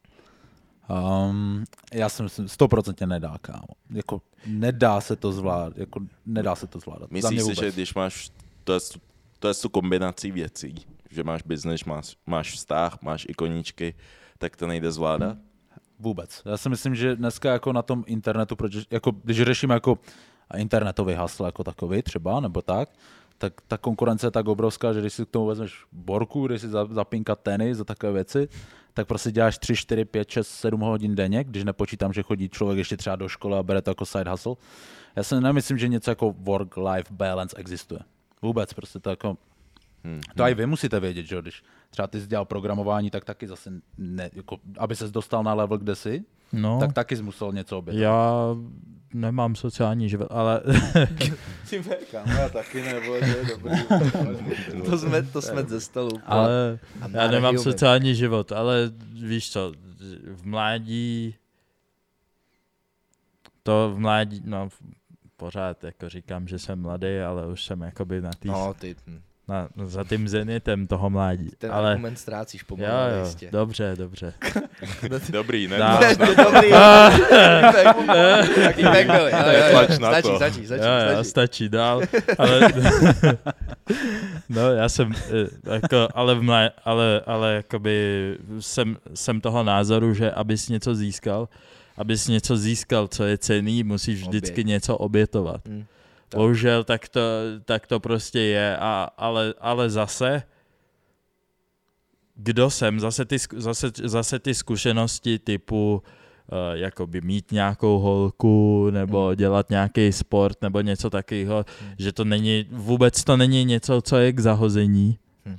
Já si myslím, 100% nedá, kámo. Jako, nedá se to zvládat. Myslíš si, že když máš, to je tu kombinací věcí, že máš biznis, máš vztah, máš i koníčky, tak to nejde zvládat? Vůbec. Já si myslím, že dneska jako na tom internetu, protože jako, když řešíme jako internetový hasl jako takový třeba, nebo tak ta konkurence je tak obrovská, že když si k tomu vezmeš borku, když si zapínkat tenis a takové věci, tak prostě děláš 3, 4, 5, 6, 7 hodin denně, když nepočítám, že chodí člověk ještě třeba do školy a bere to jako side hustle. Já si nemyslím, že něco jako work-life balance existuje. Vůbec, prostě to jako... To i vy musíte vědět, že když třeba ty jsi dělal programování, tak taky zase, jako, aby ses dostal na level, kde jsi, tak taky jsi musel něco obětovat. Já nemám sociální život, ale... Já taky nebo že je dobrý. To jsme ze stolu. Ale já nemám sociální život, ale víš co, v mládí, no pořád jako říkám, že jsem mladý, ale už jsem jakoby na tý... za tím zenitem toho mládí. Ten argument ztrácíš pomalu. Jo, dobře. Dobrý, ne? Dobrý. Taký back byl. Stačí dál. No, já jsem jako, ale jakoby jsem toho názoru, že abys něco získal, co je cenný, musíš vždycky něco obětovat. Bohužel tak to prostě je, ale zase, kdo jsem, zase ty zkušenosti typu jakoby mít nějakou holku, nebo dělat nějaký sport, nebo něco takového, že to není, vůbec to není něco, co je k zahození.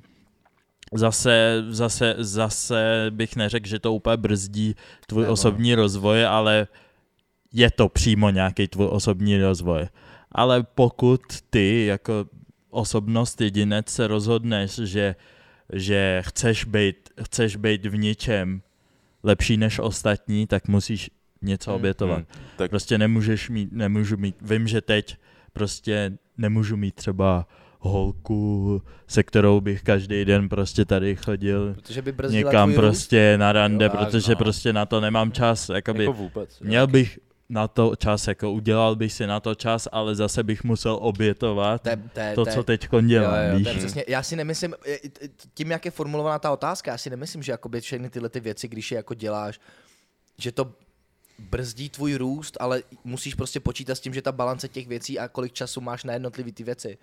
Zase bych neřekl, že to úplně brzdí tvůj osobní rozvoj, ale je to přímo nějaký tvůj osobní rozvoj. Ale pokud ty jako osobnost jedinec se rozhodneš, že chceš být v něčem lepší než ostatní, tak musíš něco obětovat. Tak... Prostě nemůžu mít, vím, že teď prostě nemůžu mít třeba holku, se kterou bych každý den prostě tady chodil někam prostě na rande, protože prostě na to nemám čas. Jakoby, jako vůbec. Měl bych na to čas, jako udělal bych si na to čas, ale zase bych musel obětovat co teď dělám, víš? Přesně, já si nemyslím, tím jak je formulovaná ta otázka, já si nemyslím, že jakoby všechny tyhle ty věci, když je jako děláš, že to brzdí tvůj růst, ale musíš prostě počítat s tím, že ta balance těch věcí a kolik času máš na jednotlivé ty věci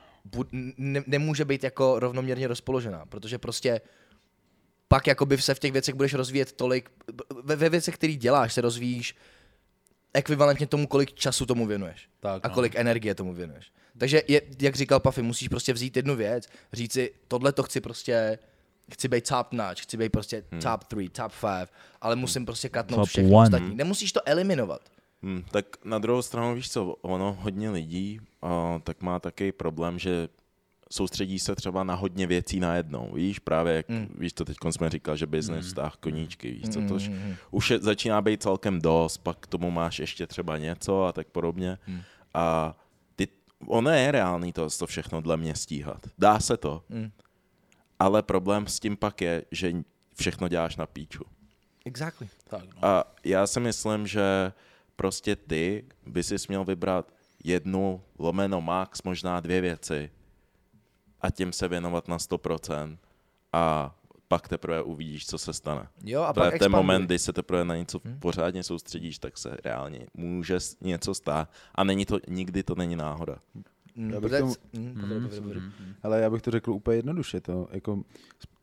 nemůže být jako rovnoměrně rozpoložená, protože prostě pak jakoby se v těch věcech budeš rozvíjet tolik, ve věcech, které děláš, se rozvíjíš ekvivalentně tomu, kolik času tomu věnuješ a kolik energie tomu věnuješ. Takže, jak říkal Puffy, musíš prostě vzít jednu věc, říct si, tohle to chci být top notch, chci být prostě top 3, top 5, ale musím prostě katnout všechno ostatní. Nemusíš to eliminovat. Tak na druhou stranu, víš co, ono hodně lidí tak má takový problém, že soustředí se třeba na hodně věcí najednou, víš, právě jak, víš to, teď jsme říkal, že business, vztah, koníčky, víš co, to už začíná být celkem dost, pak k tomu máš ještě třeba něco a tak podobně a ono je reálný to všechno dle mě stíhat, dá se to, ale problém s tím pak je, že všechno děláš na píču. Exactly. Tak, no. A já si myslím, že prostě ty by si měl vybrat jednu, max, možná 2 věci a tím se věnovat na 100% a pak teprve uvidíš, co se stane. Jo, a pak ten moment, kdy se teprve na něco pořádně soustředíš, tak se reálně může něco stát a nikdy to není náhoda. Ale já bych to řekl úplně jednoduše. To, jako,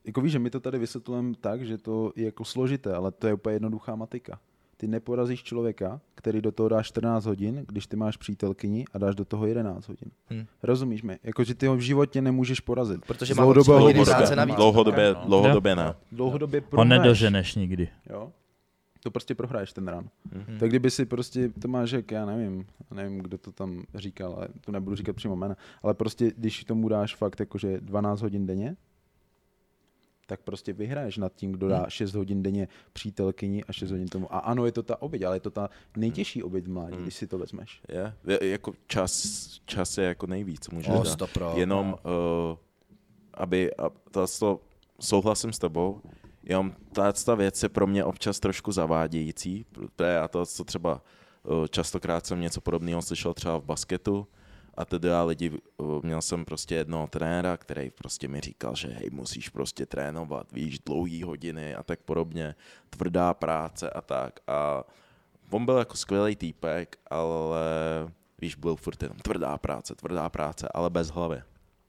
jako víš, že my to tady vysvětlujeme tak, že to je jako složité, ale to je úplně jednoduchá matika. Ty neporazíš člověka, který do toho dáš 14 hodin, když ty máš přítelkyni a dáš do toho 11 hodin. Rozumíš mi? Jakože ty ho v životě nemůžeš porazit. Protože má hodiny práce navíc. Dlouhodobě ne. Dlouhodobě prohraješ. On nedoženeš nikdy. Jo? To prostě prohraješ ten run. Tak kdyby si prostě, to máš jak, já nevím, kdo to tam říkal, ale to nebudu říkat přímo jména, ale prostě když tomu dáš fakt jakože 12 hodin denně, tak prostě vyhraješ nad tím, kdo dá 6 hodin denně přítelkyni a 6 hodin tomu. A ano, je to ta oběť, ale je to ta nejtěžší oběť v mládí, když si to vezmeš. Jako čas je jako nejvíc, můžeš dát. Jenom, souhlasím s tebou, jenom ta věc je pro mě občas trošku zavádějící, a to, co třeba častokrát jsem něco podobného slyšel třeba v basketu, a teda měl jsem prostě jednoho trenéra, který prostě mi říkal, že hej, musíš prostě trénovat, víš, dlouhý hodiny a tak podobně, tvrdá práce a tak. A on byl jako skvělý týpek, ale víš, byl furt jenom tvrdá práce, ale bez hlavy.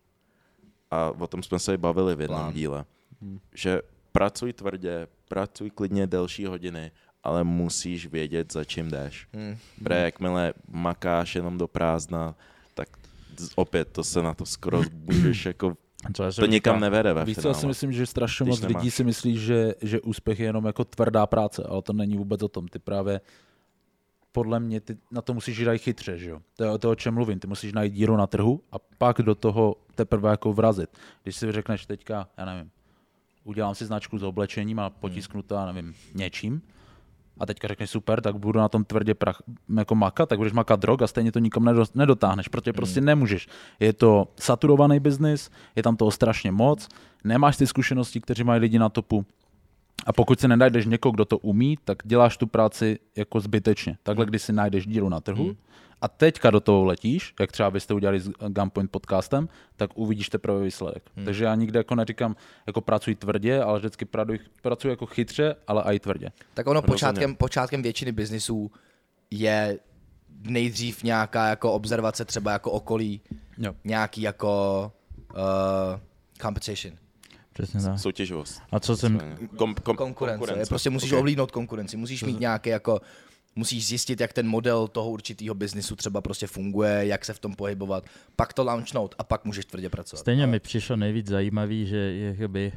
A o tom jsme se i bavili v jednom díle, že pracuj tvrdě, pracuj klidně delší hodiny, ale musíš vědět, za čím jdeš. Protože jakmile makáš jenom do prázdna, tak opět to se na to skoro můžeš jako, to nikam nevede ve finále. Já si myslím, že strašně moc lidí si myslí, že úspěch je jenom jako tvrdá práce, ale to není vůbec o tom. Ty právě, podle mě, ty na to musíš jít chytře, že jo? To je o to, o čem mluvím. Ty musíš najít díru na trhu a pak do toho teprve jako vrazit. Když si řekneš teďka, já nevím, udělám si značku s oblečením a potisknu to, já nevím, něčím, a teďka řekneš super, tak budu na tom tvrdě jako makat, tak budeš makat rok a stejně to nikom nedotáhneš, protože prostě nemůžeš. Je to saturovaný biznis, je tam toho strašně moc, nemáš ty zkušenosti, kteří mají lidi na topu. A pokud si nenajdeš někoho, kdo to umí, tak děláš tu práci jako zbytečně. Takhle, když si najdeš díru na trhu a teďka do toho letíš, jak třeba byste udělali s Gunpoint podcastem, tak uvidíš teprve výsledek. Takže já nikde jako neříkám, jako pracuj tvrdě, ale vždycky pracuj jako chytře, ale i tvrdě. Tak ono počátkem většiny biznisů je nejdřív nějaká jako observace třeba jako okolí, nějaký jako competition. Přesně tak. Soutěživost. A co jsem... Konkurence. Prostě musíš ohlídnout konkurenci, musíš mít nějaké jako... Musíš zjistit, jak ten model toho určitého biznisu třeba prostě funguje, jak se v tom pohybovat, pak to launchnout a pak můžeš tvrdě pracovat. Stejně mi přišlo nejvíc zajímavý, že je jakoby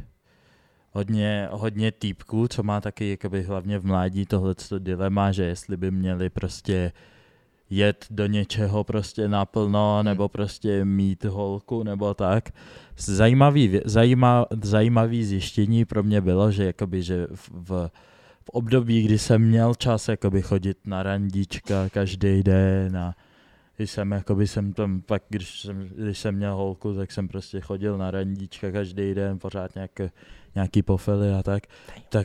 hodně týpků, co má taky jakoby hlavně v mládí tohleto dilema, že jestli by měli prostě jet do něčeho prostě naplno, nebo prostě mít holku, nebo tak. Zajímavý zjištění pro mě bylo, že jakoby, že v období, kdy jsem měl čas jakoby chodit na randíčka každý den a když jsem měl holku, tak jsem prostě chodil na randíčka každý den, pořád nějaký pofely a tak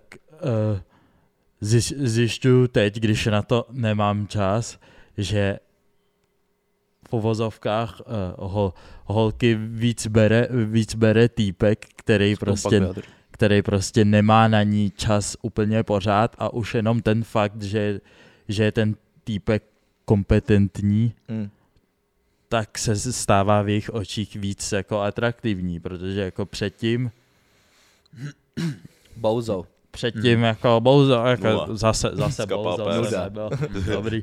zjišťuju teď, když na to nemám čas, že v uvozovkách holky víc bere týpek, který prostě nemá na ní čas úplně pořád a už jenom ten fakt, že je ten týpek kompetentní, tak se stává v jejich očích víc jako atraktivní, protože jako předtím Bouzo. Předtím jako bouzo, jako zase bouzo, nebyl dobrý,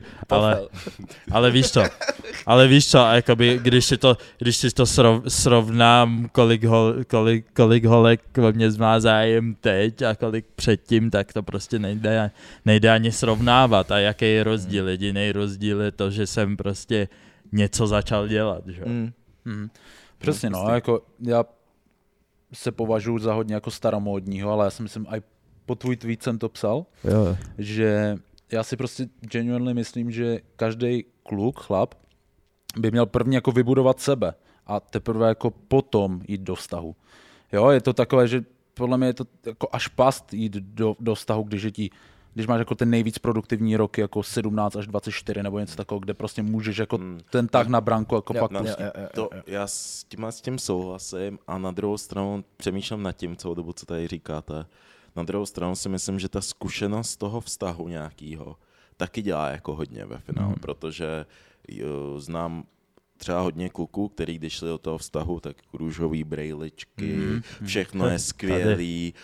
ale víš co, jakoby, když si to srovnám, kolik holek o mě má zájem teď a kolik předtím, tak to prostě nejde ani srovnávat. A jaký je rozdíl? Jediný rozdíl je to, že jsem prostě něco začal dělat, že? Přesně, no, jako já se považuji za hodně jako staromódního, ale já si myslím, i po tvůj tweet jsem to psal, že já si prostě genuinely myslím, že každý chlap by měl prvně jako vybudovat sebe a teprve jako potom jít do vztahu. Jo, je to takové, že podle mě je to jako až past jít do vztahu, když máš jako ten nejvíc produktivní rok jako 17 až 24 nebo něco takového, kde prostě můžeš jako ten tah na branku jako fakt já s tím souhlasím a na druhou stranu přemýšlím nad tím celou dobu, co tady říkáte. Na druhou stranu si myslím, že ta zkušenost toho vztahu nějakého taky dělá jako hodně ve finále, protože znám třeba hodně kluků, který když šli do toho vztahu, tak růžový brejličky, všechno je skvělý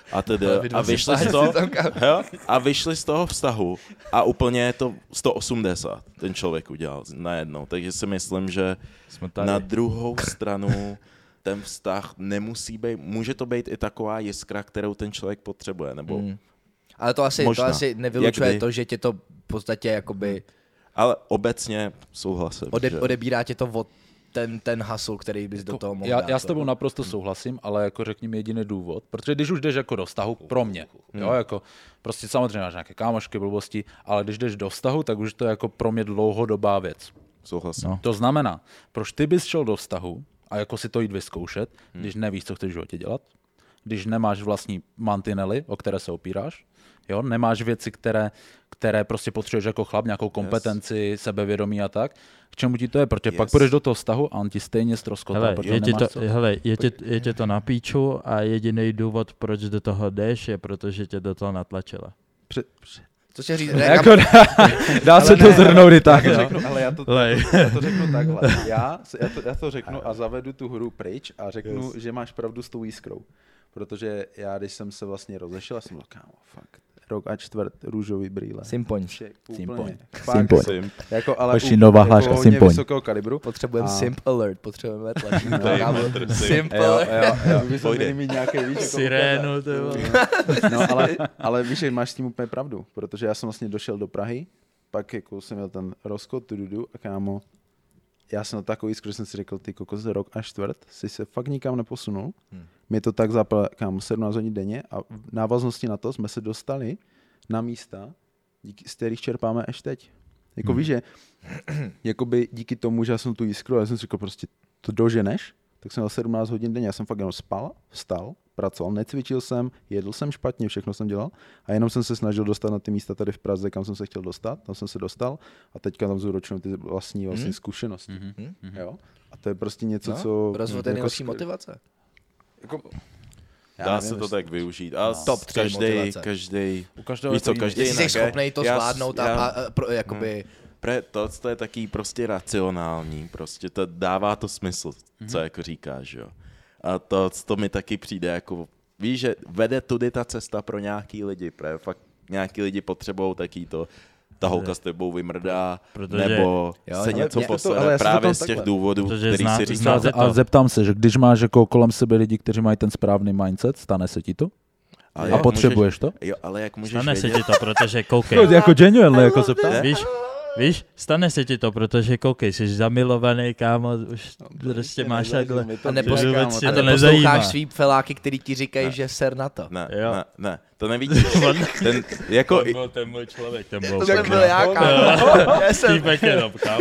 a vyšli z toho vztahu a úplně je to 180 ten člověk udělal najednou. Takže si myslím, že na druhou stranu ten vztah nemusí být, může to být i taková jiskra, kterou ten člověk potřebuje, nebo... Ale to asi nevylučuje to, že tě to v podstatě jakoby... Ale obecně souhlasím. Odebírá tě to od ten hustle, který bys do toho mohl dát. Já s tebou naprosto souhlasím, ale jako řekni mi jediný důvod, protože když už jdeš jako do vztahu, pro mě, jo, jako prostě samozřejmě máš nějaké kámošky, blbosti, ale když jdeš do vztahu, tak už to je jako pro mě dlouhodobá věc. Souhlasím. No. To znamená, proč ty bys šel do vztahu a jako si to jít vyzkoušet, když nevíš, co chceš v životě dělat, když nemáš vlastní mantinely, o které se opíráš, jo, nemáš věci, které prostě potřebuješ jako chlap, nějakou kompetenci, sebevědomí a tak. K čemu ti to je? Protože pak půjdeš do toho vztahu a on ti stejně ztroskotá, protože nemáš co. Je tě to na píču a jediný důvod, proč do toho jdeš, je protože tě do toho natlačila. Co tě říct? Dá se to zhrnout i tak. Ale já to řeknu takhle. Já to řeknu a zavedu tu hru pryč a řeknu, že máš pravdu s tou jiskrou. Protože já, když jsem se vlastně rozešel, jsem řekl, kámo, fakt, rok a čtvrt, růžový brýle. Simpoň. Jako, ale Vaši nová hláška, hodně Simpoň. Vysokého kalibru. Potřebujeme Simp Alert, potřebujeme tlačítko. Simp Alert. Bychom mít nějaký, víš, sirénu, no, ale víš, že máš s tím úplně pravdu, protože já jsem vlastně došel do Prahy, pak jako jsem měl ten rozchod, a kámo, já jsem na takový skoro, že jsem si řekl, ty kokos, rok a čtvrt, si se fakt nikam neposunul. Mě to tak zapal, kámo, 17 hodin denně a v návaznosti na to jsme se dostali na místa, z kterých čerpáme až teď. Jako víš, že jakoby díky tomu, že já jsem tu jiskru, já jsem si řekl, prostě to doženeš, tak jsem měl 17 hodin denně, já jsem fakt jenom spal, vstal, pracoval, necvičil jsem, jedl jsem špatně, všechno jsem dělal a jenom jsem se snažil dostat na ty místa tady v Praze, kam jsem se chtěl dostat, tam jsem se dostal a teďka tam zúročuju ty vlastní zkušenosti. Jo? A to je prostě něco, co... Rozvod je nejlepší motivace. Jako, dá se to tak využít. A top 3 motivace. Každý jsi schopnej to zvládnout jakoby... To je taky prostě racionální, prostě to dává to smysl, co jako říkáš, jo. A to mi taky přijde jako, víš, že vede tudy ta cesta pro nějaký lidi, protože fakt nějaký lidi potřebují taky to, ta holka s tebou vymrdá, nebo se něco posede právě z těch důvodů, který si říkal. A zeptám se, že když máš jako kolem sebe lidi, kteří mají ten správný mindset, stane se ti to? A potřebuješ to? Jo, ale jak můžeš stane vědět? se ti to, protože koukej. Jako genuinely, jako se ptám. Víš, stane se ti to, protože koukej, jsi zamilovaný, kámo, už prostě máš takhle. A neposloucháš svý feláky, který ti říkají, že ser na to. Ne, to nevidíš. To byl ten můj člověk, ten byl. To byl já, kámo. Týpek jenom, kámo.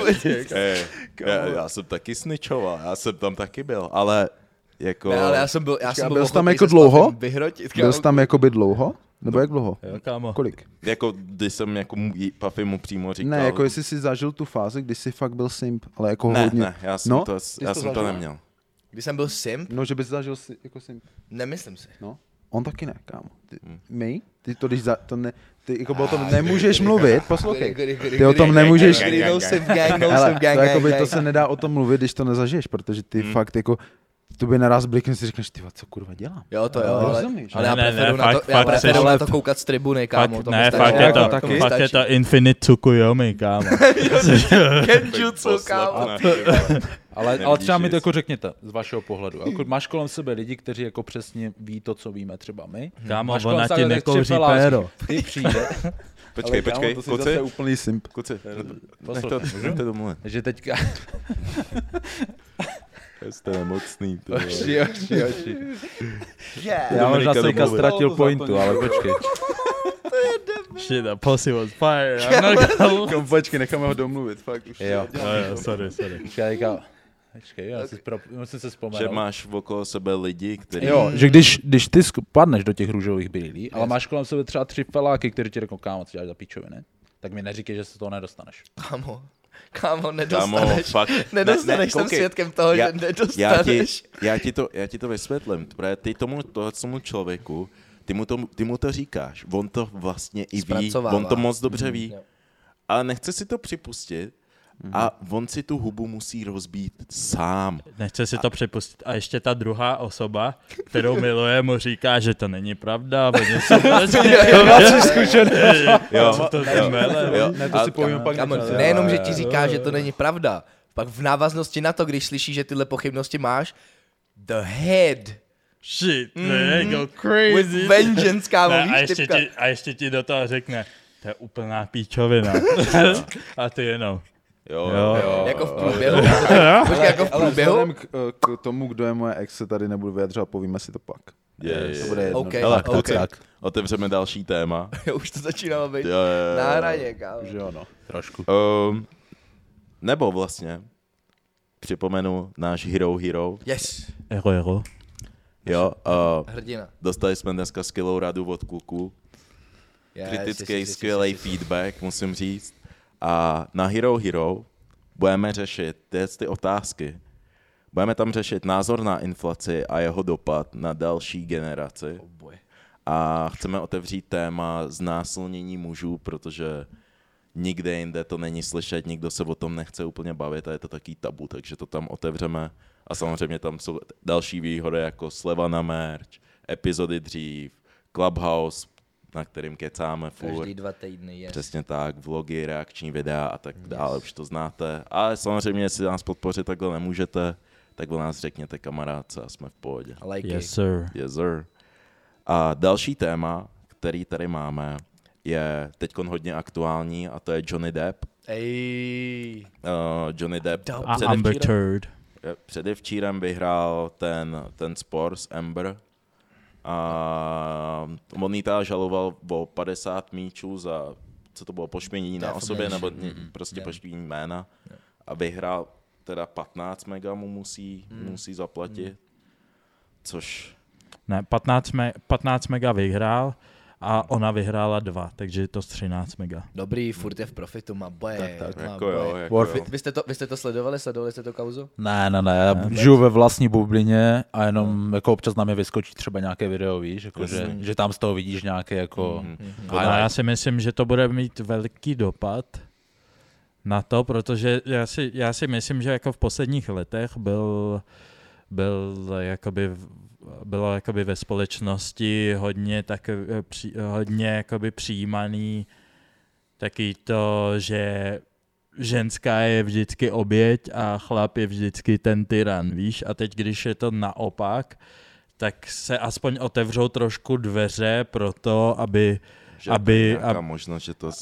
Já jsem taky snitchoval, já jsem tam taky byl, ale jako... Ne, ale já jsem byl jsi tam jako dlouho? Byl jsi tam jako by dlouho? Nebo jak dlouho? Jo, kámo. Kolik? Jako, když jsem jako Puffy mu přímo říkal... Ne, jako jestli jsi zažil tu fázi, kdy jsi fakt byl simp, ale jako hodně... Ne, já jsem to neměl. Když jsem byl simp? No, že bys zažil jako simp. Nemyslím si. No, on taky ne, kámo. Ty to, když ty jako o tom nemůžeš mluvit, poslouchej. Ty o tom nemůžeš... To se nedá o tom mluvit, když to nezažiješ, protože ty fakt jako... To by naraz blikne si říkáš, ty co kurva dělám? Jo, to jo, ale já preferuju na to koukat z tribuny, kámo. Fakt je to Infinite Tsukuyomi, kámo. Kenjutsu, kámo. Ale třeba mi to jako řekněte z vašeho pohledu. Jako máš kolem sebe lidi, kteří jako přesně ví to, co víme třeba my. Kámo, ona ti nekouří péro. Ty přijde. Počkej, kuci. To je úplný simp. Kuci, nechte domluvit. Že teďka... Jste nemocný. Já možná se ztratil pointu, ale počkej. Shit, that pussy was fire. Počkej, necháme ho domluvit, fakt už. Jo, sorry. Počkej, já musím se vzpomenout. Že máš okolo sebe lidi, kteří... Jo, že když ty padneš do těch růžových brýlí, ale máš kolem sebe třeba 3 feláky, kteří ti řeknou, kámo, co děláš za píčoviny, tak mi neříkej, že se toho nedostaneš. Kámo, nedostaneš. Nedostaneš, jsem svědkem toho, že nedostaneš. Já ti to vysvětlím, protože ty tomu člověku, ty mu to říkáš, on to vlastně i ví, on to moc dobře ví, ale nechce si to připustit A on si tu hubu musí rozbít sám. Nechce si to připustit. A ještě ta druhá osoba, kterou miluje, mu říká, že to není pravda. Nejenom, že ti říká, že to není pravda. Pak v návaznosti na to, když slyší, že tyhle pochybnosti máš, the head. Shit, go crazy. With vengeance, kámo, a ještě ti do toho řekne, to je úplná píčovina. A ty jenom. Jo. Jako v průběhu. Jako v průběhu. Ale k tomu, kdo je moje ex, se tady nebudu vyjadřovat, povíme si to pak. To bude jedno. Okay. Otevřeme další téma. Už to začínalo být na hraně, kámo. Že jo, no. Trošku. Nebo vlastně připomenu náš Hero. Yes. Hero. Jo. Hrdina. Dostali jsme dneska skvělou radu od kluků. Kritický, skvělý feedback, musím říct. A na Hero budeme řešit ty otázky. Budeme tam řešit názor na inflaci a jeho dopad na další generaci. A chceme otevřít téma znásilnění mužů, protože nikde jinde to není slyšet, nikdo se o tom nechce úplně bavit a je to taký tabu, takže to tam otevřeme. A samozřejmě tam jsou další výhody jako sleva na merch, epizody dřív, Clubhouse, na kterým kecáme furt. Každý 2 týdny, yes. Přesně tak, vlogy, reakční videa a tak dále, už to znáte. Ale samozřejmě, jestli nás podpořit takhle nemůžete, tak o nás řekněte kamarádce a jsme v pohodě. Like yes, sir. Yes, sir. A další téma, který tady máme, je teďkon hodně aktuální a to je Johnny Depp. Johnny Depp předevčírem vyhrál ten spor s Amber a on jí žaloval o 50 míčů za, co to bylo, pošpinění na osobě nebo prostě pošpinění jména a vyhrál teda 15 mega mu musí zaplatit, což... Ne, 15 mega vyhrál a ona vyhrála 2, takže je to 13 mega. Dobrý, furt je v profitu, má boje. Vy jste to sledovali jste to kauzu? Ne, já žiju ve vlastní bublině a jenom jako občas na mě vyskočí třeba nějaké video, víš, jako že tam z toho vidíš nějaké jako... A já si myslím, že to bude mít velký dopad na to, protože já si myslím, že jako v posledních letech bylo jakoby ve společnosti hodně jakoby přijímaný taky to, že ženská je vždycky oběť a chlap je vždycky ten tyran, víš? A teď, když je to naopak, tak se aspoň otevřou trošku dveře pro to, možnost, že to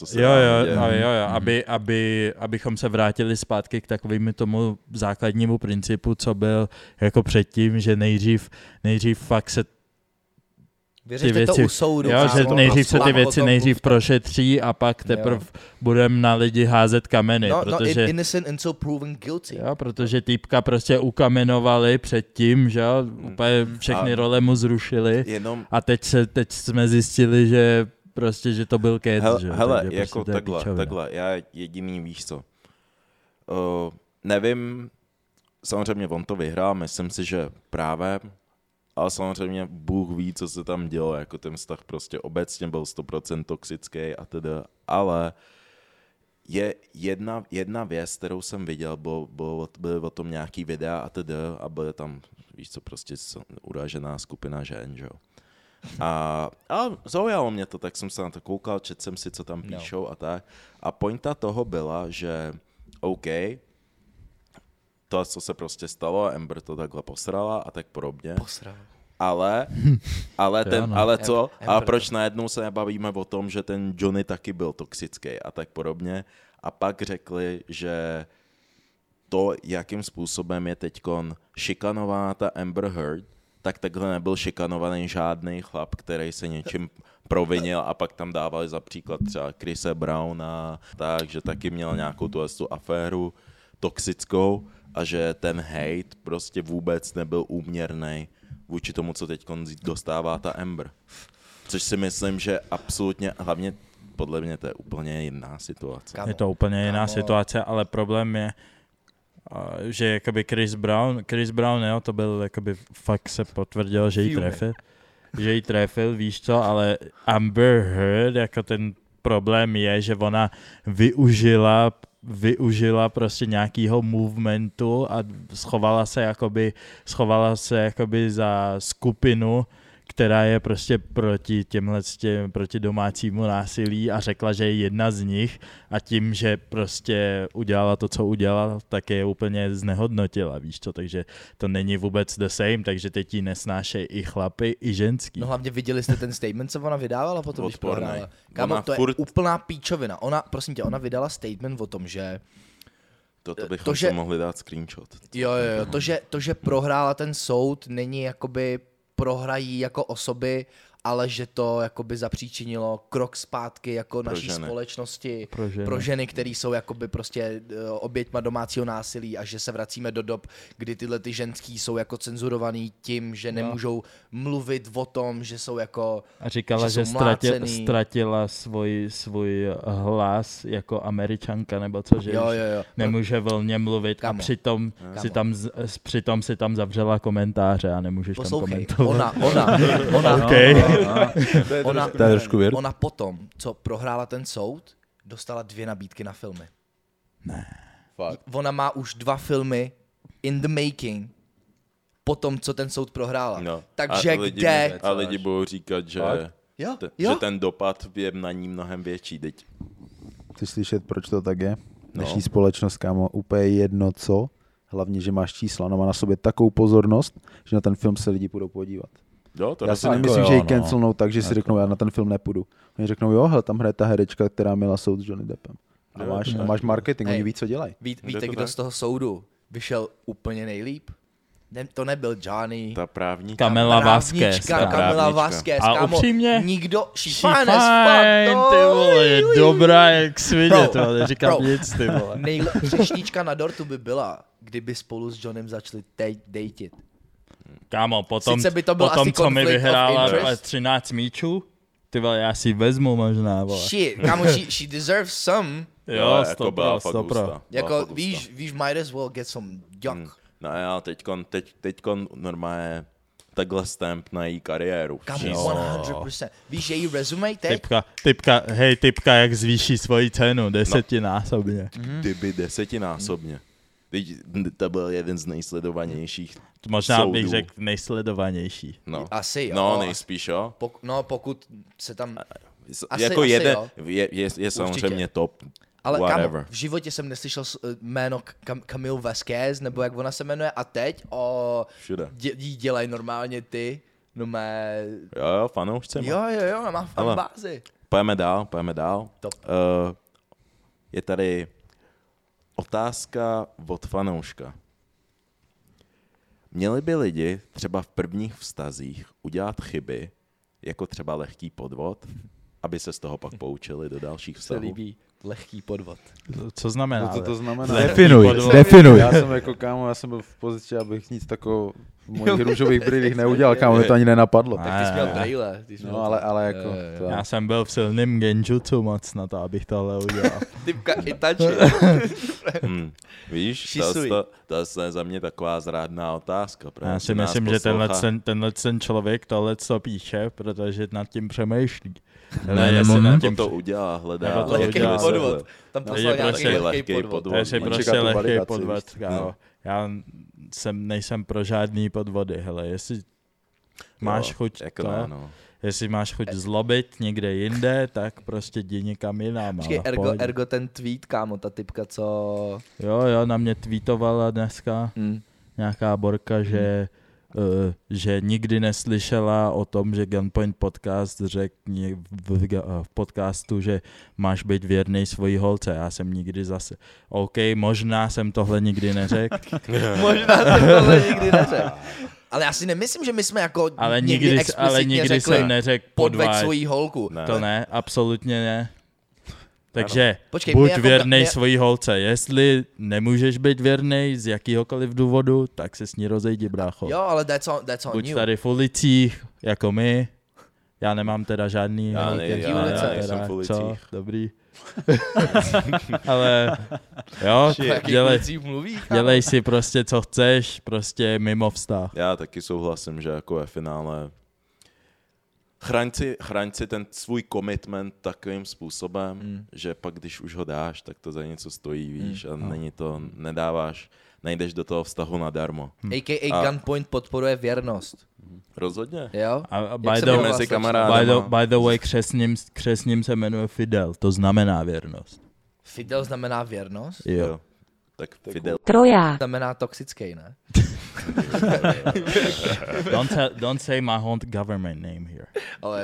abychom se vrátili zpátky k takovému tomu základnímu principu, co byl jako předtím, že nejdřív fakt se ty věci, to u soudu. Jo, že nejdřív se ty věci prošetří a pak teprve budeme na lidi házet kameny. Protože, innocent until proven guilty. Jo, protože týpka prostě ukamenovali předtím, že jo, úplně všechny role mu zrušili a teď jsme zjistili, že prostě, že to byl kec. Hele, jako takhle, já jediný, víš co. Nevím, samozřejmě on to vyhrál, myslím si, že právě, ale samozřejmě Bůh ví, co se tam dělo, jako ten vztah prostě obecně byl 100% toxický a teda, ale je jedna věc, kterou jsem viděl, byly o tom nějaký videa a teda a byly tam, víš co, prostě uražená skupina žen, že jo. A zaujalo mě to, tak jsem se na to koukal, četl jsem si, co tam píšou a tak. A pointa toho byla, že OK, to, co se prostě stalo, Amber to takhle posrala a tak podobně. Ale co? A proč najednou se nebavíme o tom, že ten Johnny taky byl toxický a tak podobně. A pak řekli, že to, jakým způsobem je teďkon šikanovaná ta Amber Heard, tak takhle nebyl šikanovaný žádný chlap, který se něčím provinil a pak tam dávali za příklad třeba Chrise Browna, takže taky měl nějakou tu aféru toxickou a že ten hate prostě vůbec nebyl úměrný vůči tomu, co teď dostává ta Amber. Což si myslím, že absolutně, hlavně podle mě to je úplně jiná situace. Je to úplně jiná situace, ale problém je, že jakoby Chris Brown, jo, to byl jakoby fakt se potvrdil, že jí trefil, víš co, ale Amber Heard, jako ten problém je, že ona využila využila prostě nějakýho movementu a schovala se jakoby za skupinu, která je prostě proti domácímu násilí a řekla, že je jedna z nich a tím, že prostě udělala to, co udělala, tak je úplně znehodnotila, víš co, takže to není vůbec the same, takže teď ji nesnášejí i chlapy, i ženský. No hlavně viděli jste ten statement, co ona vydávala potom, když prohrála. Kámo, to je úplná píčovina. Ona vydala statement o tom, že to bychom si mohli dát screenshot. Jo, to, že prohrála ten soud, není jakoby prohrají jako osoby, ale že to jakoby zapříčinilo krok zpátky jako naší společnosti pro ženy, které jsou jakoby prostě oběťma domácího násilí a že se vracíme do dob, kdy tyhle ty ženský jsou jako cenzurovaný tím, že nemůžou mluvit o tom, že jsou jako a říkala, že ztratila svůj hlas jako Američanka nebo co, že nemůže volně mluvit. Kamo. A přitom si tam zavřela komentáře a nemůžeš tam komentovat. Ona okay. Ona potom, co prohrála ten soud, dostala 2 nabídky na filmy. Ne. Fakt. Ona má už 2 filmy in the making po tom, co ten soud prohrála. No. Takže a lidi budou říkat, že ten dopad je na ní mnohem větší. Teď. Chceš slyšet, proč to tak je? Dnešní společnost, kámo, úplně jedno co. Hlavně, že máš čísla. Ona má na sobě takovou pozornost, že na ten film se lidi budou podívat. Jo, já si nemyslím, že ji cancelnou tak, že si řeknou, já na ten film nepůjdu. Oni řeknou, jo, hele, tam hraje ta herečka, která měla soud s Johnny Deppem. A máš marketing, oni ví, co dělají. Víte, kdo z toho soudu vyšel úplně nejlíp? To nebyl Johnny. Ta právnička. Kamila Vázquez. Kamila Vázquez, kámo. Upřímně? Nikdo, she's fine as fuck. Ty vole, je dobrá jak svině, to neříkám nic, ty vole. Nejlepšíčka na dortu by byla, kdyby spolu s Johnem začali datit. Kámo, potom co mi vyhrála 13 míčů, ty vole, já si vezmu možná, vole. Shit, kámo, she deserves some. Jo, 100%. Jako, víš, might as well get some junk. No já teďkon normálně takhle stamp na její kariéru. Kámo, 100%. Víš, její resume teď? Typka, jak zvýší svoji cenu, 10násobně. Kdyby 10násobně. To byl jeden z nejsledovanějších možná soudů. Bych řekl nejsledovanější. No. Asi jo. No, nejspíš jo. Pokud se tam... Jako jeden, je samozřejmě top. Ale kámo, v životě jsem neslyšel jméno Camille Vázquez, nebo jak ona se jmenuje, a teď jí dělají normálně ty, no mé... Jo, fanoušce. Jo, má fanbázi. Pojeme dál. Top. Je tady otázka od fanouška. Měli by lidi třeba v prvních vztazích udělat chyby, jako třeba lehký podvod, aby se z toho pak poučili do dalších vztahů? Se líbí lehký podvod. Co znamená? Co to znamená? Definuj. Já jsem byl v pozici, abych nic takového v mojich růžových brýlích neudělal, kámo, mi to ani nenapadlo. Tak ty jsi měl brýle. No, ale jako... Já jsem byl v silným genjutsu moc na to, abych tohle udělal. Typka Itachi. Víš, to je za mě taková zrádná otázka. Já si myslím, že tenhle člověk tohle co píše, protože nad tím přemýšlí. Tím to udělá, hledá. Lehký podvod. Tam poslal nějaký lehký podvod. To je prostě lehký podvod. Já nejsem pro žádný podvody, hele, jestli máš chuť jestli máš chuť zlobit někde jinde, tak prostě jdi někam jinam. Počkej, ergo ten tweet, kámo, ta typka, co... Jo, na mě tweetovala dneska nějaká borka, že nikdy neslyšela o tom, že Gunpoint podcast řekl v podcastu, že máš být věrnej svojí holce. Já jsem nikdy zase... OK, možná jsem tohle nikdy neřekl. Ale já si nemyslím, že my jsme jako ale nikdy jsem neřekl podveď svojí holku. To ne, absolutně ne. Takže buď věrnej svojí holce. Jestli nemůžeš být věrnej z jakýhokoliv důvodu, tak se s ní rozejdi, brácho. Jo, ale that's on buď you. Tady v ulicích, jako my. Já nemám teda žádný... Já nejsem v ulicích. Co? Dobrý. Ale jo, dělej si prostě, co chceš, prostě mimo vztah. Já taky souhlasím, že jako ve finále chraň si ten svůj commitment takovým způsobem, že pak když už ho dáš, tak to za něco stojí, víš, a nejdeš do toho vztahu nadarmo. A.k.a. Gunpoint podporuje věrnost. Rozhodně. Jo? A by the way, křestním se jmenuje Fidel, to znamená věrnost. Fidel znamená věrnost? Jo. Tak Fidel. Troja. Znamená toxický, ne? Don't say my whole government name here. Ale...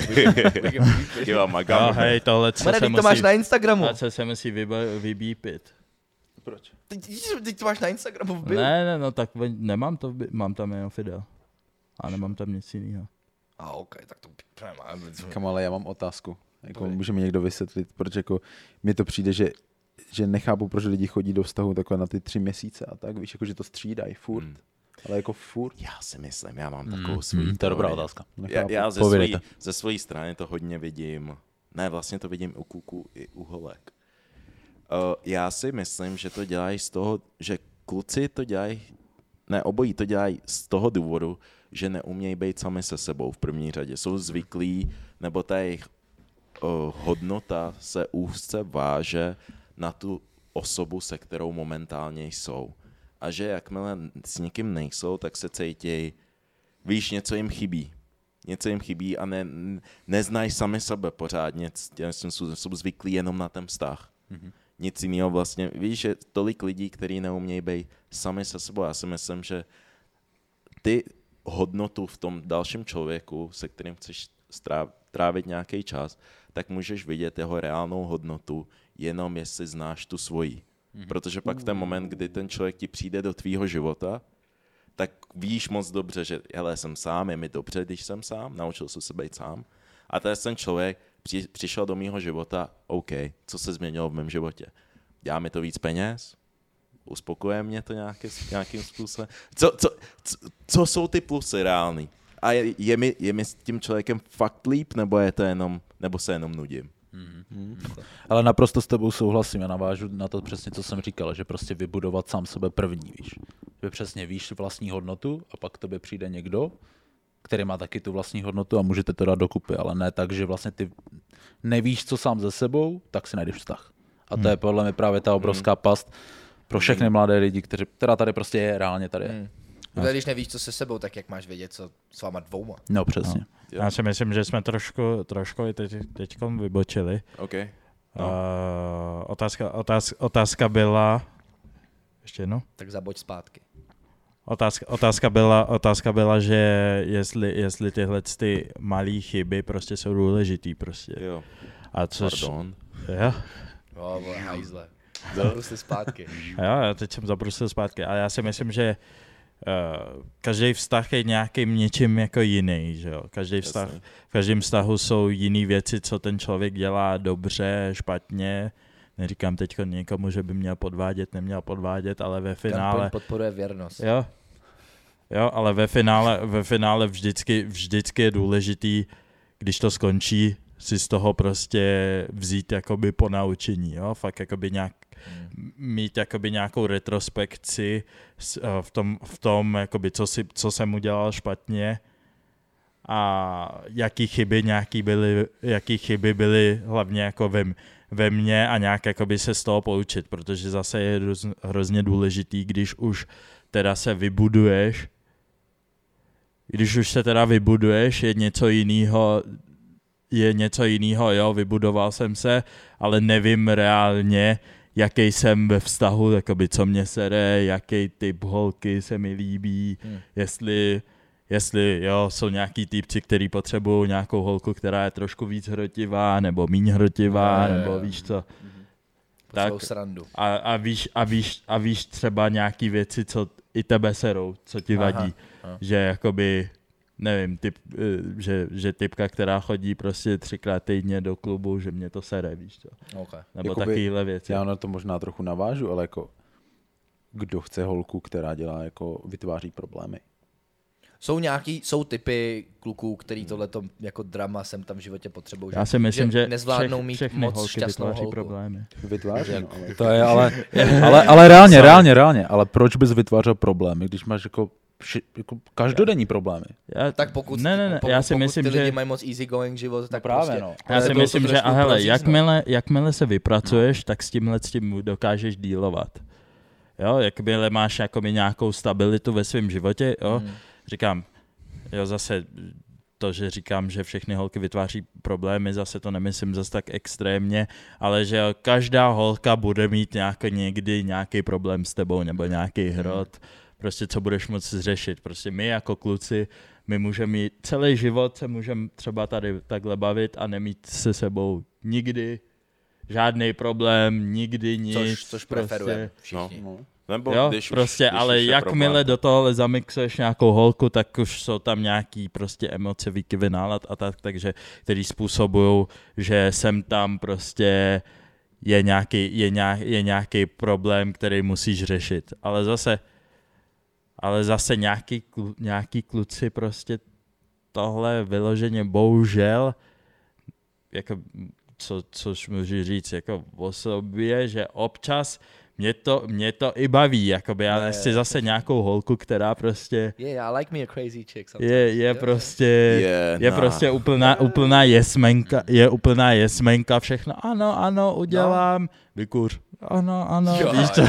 Hej, tohle co se musí... to máš na Instagramu. Tohle co se musí vybípit. Proč? Teď to máš na Instagramu v bio. Ne, no tak nemám to, mám tam jenom Fidel. A nemám tam nic jiného. OK, tak to nemám. Kam, ale já mám otázku. Jako, může mi někdo vysvětlit, proč jako mi to přijde, že nechápu, proč lidi chodí do vztahu takhle na ty 3 měsíce a tak, víš, jako, že to střídají furt. Ale jako furt. Já si myslím, já mám takovou svůj. To je dobrá otázka. Já ze své strany to hodně vidím. Ne, vlastně to vidím u kluků i u holek. Já si myslím, že to dělají z toho, že kluci to dělají, ne, obojí to dělají z toho důvodu, že neumějí být sami se sebou v první řadě. Jsou zvyklí, nebo ta jejich hodnota se úzce váže na tu osobu, se kterou momentálně jsou. A že jakmile s někým nejsou, tak se cítí, víš, něco jim chybí a neznají sami sebe pořádně, jsou zvyklí jenom na ten vztah. Mm-hmm. Nic jiného vlastně, víš, že tolik lidí, kteří neumějí být sami se sebou, já si myslím, že ty hodnotu v tom dalším člověku, se kterým chceš trávit nějaký čas, tak můžeš vidět jeho reálnou hodnotu jenom jestli znáš tu svoji. Protože pak v ten moment, kdy ten člověk ti přijde do tvýho života, tak víš moc dobře, že hele, jsem sám, je mi dobře, když jsem sám, naučil jsem se být sám. A ten člověk přišel do mýho života, OK, co se změnilo v mém životě? Dá mi to víc peněz? Uspokojuje mě to nějakým způsobem? Co jsou ty plusy reální? A je mi s tím člověkem fakt líp, nebo se jenom nudím? Ale naprosto s tebou souhlasím, já navážu na to přesně, co jsem říkal, že prostě vybudovat sám sebe první, víš. Že přesně víš vlastní hodnotu a pak k tobě přijde někdo, který má taky tu vlastní hodnotu a můžete to dát dokupy, ale ne tak, že vlastně ty nevíš, co sám ze sebou, tak si najdeš vztah. A to je podle mě právě ta obrovská past pro všechny mladé lidi, která tady prostě je, reálně tady je. Když nevíš, co se sebou, tak jak máš vědět, co s váma dvouma? No, přesně. No. Já si myslím, že jsme trošku i teďkom vybočili. Okay. No. Otázka byla... Ještě jednou? Tak zaboď zpátky. Otázka byla, že jestli tyhle ty malé chyby prostě jsou důležitý prostě. Jo. A což... Pardon. Jo. Hajzle. Zabrusil zpátky. Jo, teď jsem zabrusil zpátky. Ale já si myslím, že každý vztah je nějakým něčím jako jiný, že jo. V každém vztahu jsou jiný věci, co ten člověk dělá dobře, špatně. Neříkám teď někomu, že by měl podvádět, neměl podvádět, ale ve finále... podporuje věrnost. Jo, ale ve finále vždycky je důležitý, když to skončí, si z toho prostě vzít jakoby ponaučení, jo, fakt jakoby mít jakoby nějakou retrospekci v tom jakoby co jsem udělal špatně a jaký chyby byly hlavně jako ve mně a nějak jakoby se z toho poučit, protože zase je hrozně důležitý, když už teda se vybuduješ, je něco jiného, jo, vybudoval jsem se, ale nevím reálně, jaký jsem ve vztahu, jakoby co mě sere, jaký typ holky se mi líbí, jestli jo, jsou nějaký typci, který potřebují nějakou holku, která je trošku víc hrotivá, nebo míň hrotivá, nebo víš co. Tak, a víš třeba nějaký věci, co i tebe serou, co ti vadí, že jakoby nevím, že typka, která chodí prostě 3x týdně do klubu, že mě to sere, víš co. Okay. Nebo jakoby, takovýhle věci. Já na to možná trochu navážu, ale jako kdo chce holku, která dělá jako vytváří problémy. Jsou typy kluků, který tohleto jako drama sem tam v životě potřebují. Já si myslím, že nezvládnou mít moc šťastnou holku. Problémy. Vytváří, no, to je ale reálně, ale proč bys vytvářel problémy, když máš jako jako každodenní problémy. Tak pokud já si myslím, ty lidi že mají moc easygoing život, tak právě, prostě... no. Já si myslím, že jakmile se vypracuješ, tak s tím dokážeš dílovat. Jo, jakmile máš jakoby nějakou stabilitu ve svém životě, jo, říkám, jo, zase to, že říkám, že všechny holky vytváří problémy, zase to nemyslím zase tak extrémně, ale že každá holka bude mít někdy nějaký problém s tebou nebo nějaký hrot, prostě co budeš moci řešit. Prostě my jako kluci, my můžeme mít celý život, se můžeme třeba tady takhle bavit a nemít se sebou nikdy žádný problém, nikdy nic. Což preferujeme všichni. No. Nebo jo, když prostě, už ale jakmile problém, do tohohle zamixuješ nějakou holku, tak už jsou tam nějaký prostě emoce, výkyvy nálad a tak, takže který způsobují, že sem tam prostě je nějaký problém, který musíš řešit. Ale zase nějaký kluci prostě tohle vyloženě bohužel, jako, což můžu říct jako o sobě, že občas mě to i baví, jakoby já nechci zase nějakou holku, která prostě I like me a crazy chick je prostě úplná jesmenka, všechno, ano, udělám, vykuř, ano, víš co?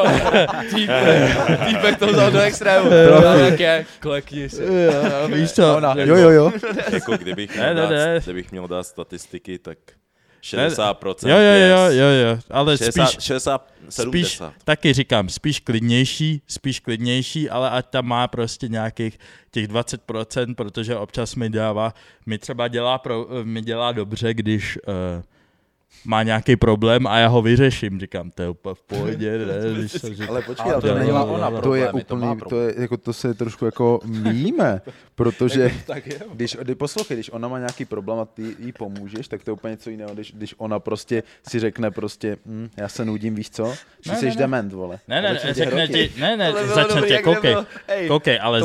Týpek to vzal do extrému, také, klekni si. Víš co? Jo. Jako kdybych měl dát statistiky, tak 60%. Jo, ale 70. Taky říkám, spíš klidnější, ale ať tam má prostě nějakých těch 20%, protože občas mi třeba dělá dobře, když má nějaký problém a já ho vyřeším, říkám, to je úplně v pohodě, ne? Ale počkej, to nedělá ona, to je úplný, to se trošku jako míme, protože když ona má nějaký problém a ty jí pomůžeš, tak to je úplně něco jiného, když ona prostě si řekne prostě, já se nudím, víš co? Že jsi dement, vole. Ne, začne tě, koukej, ale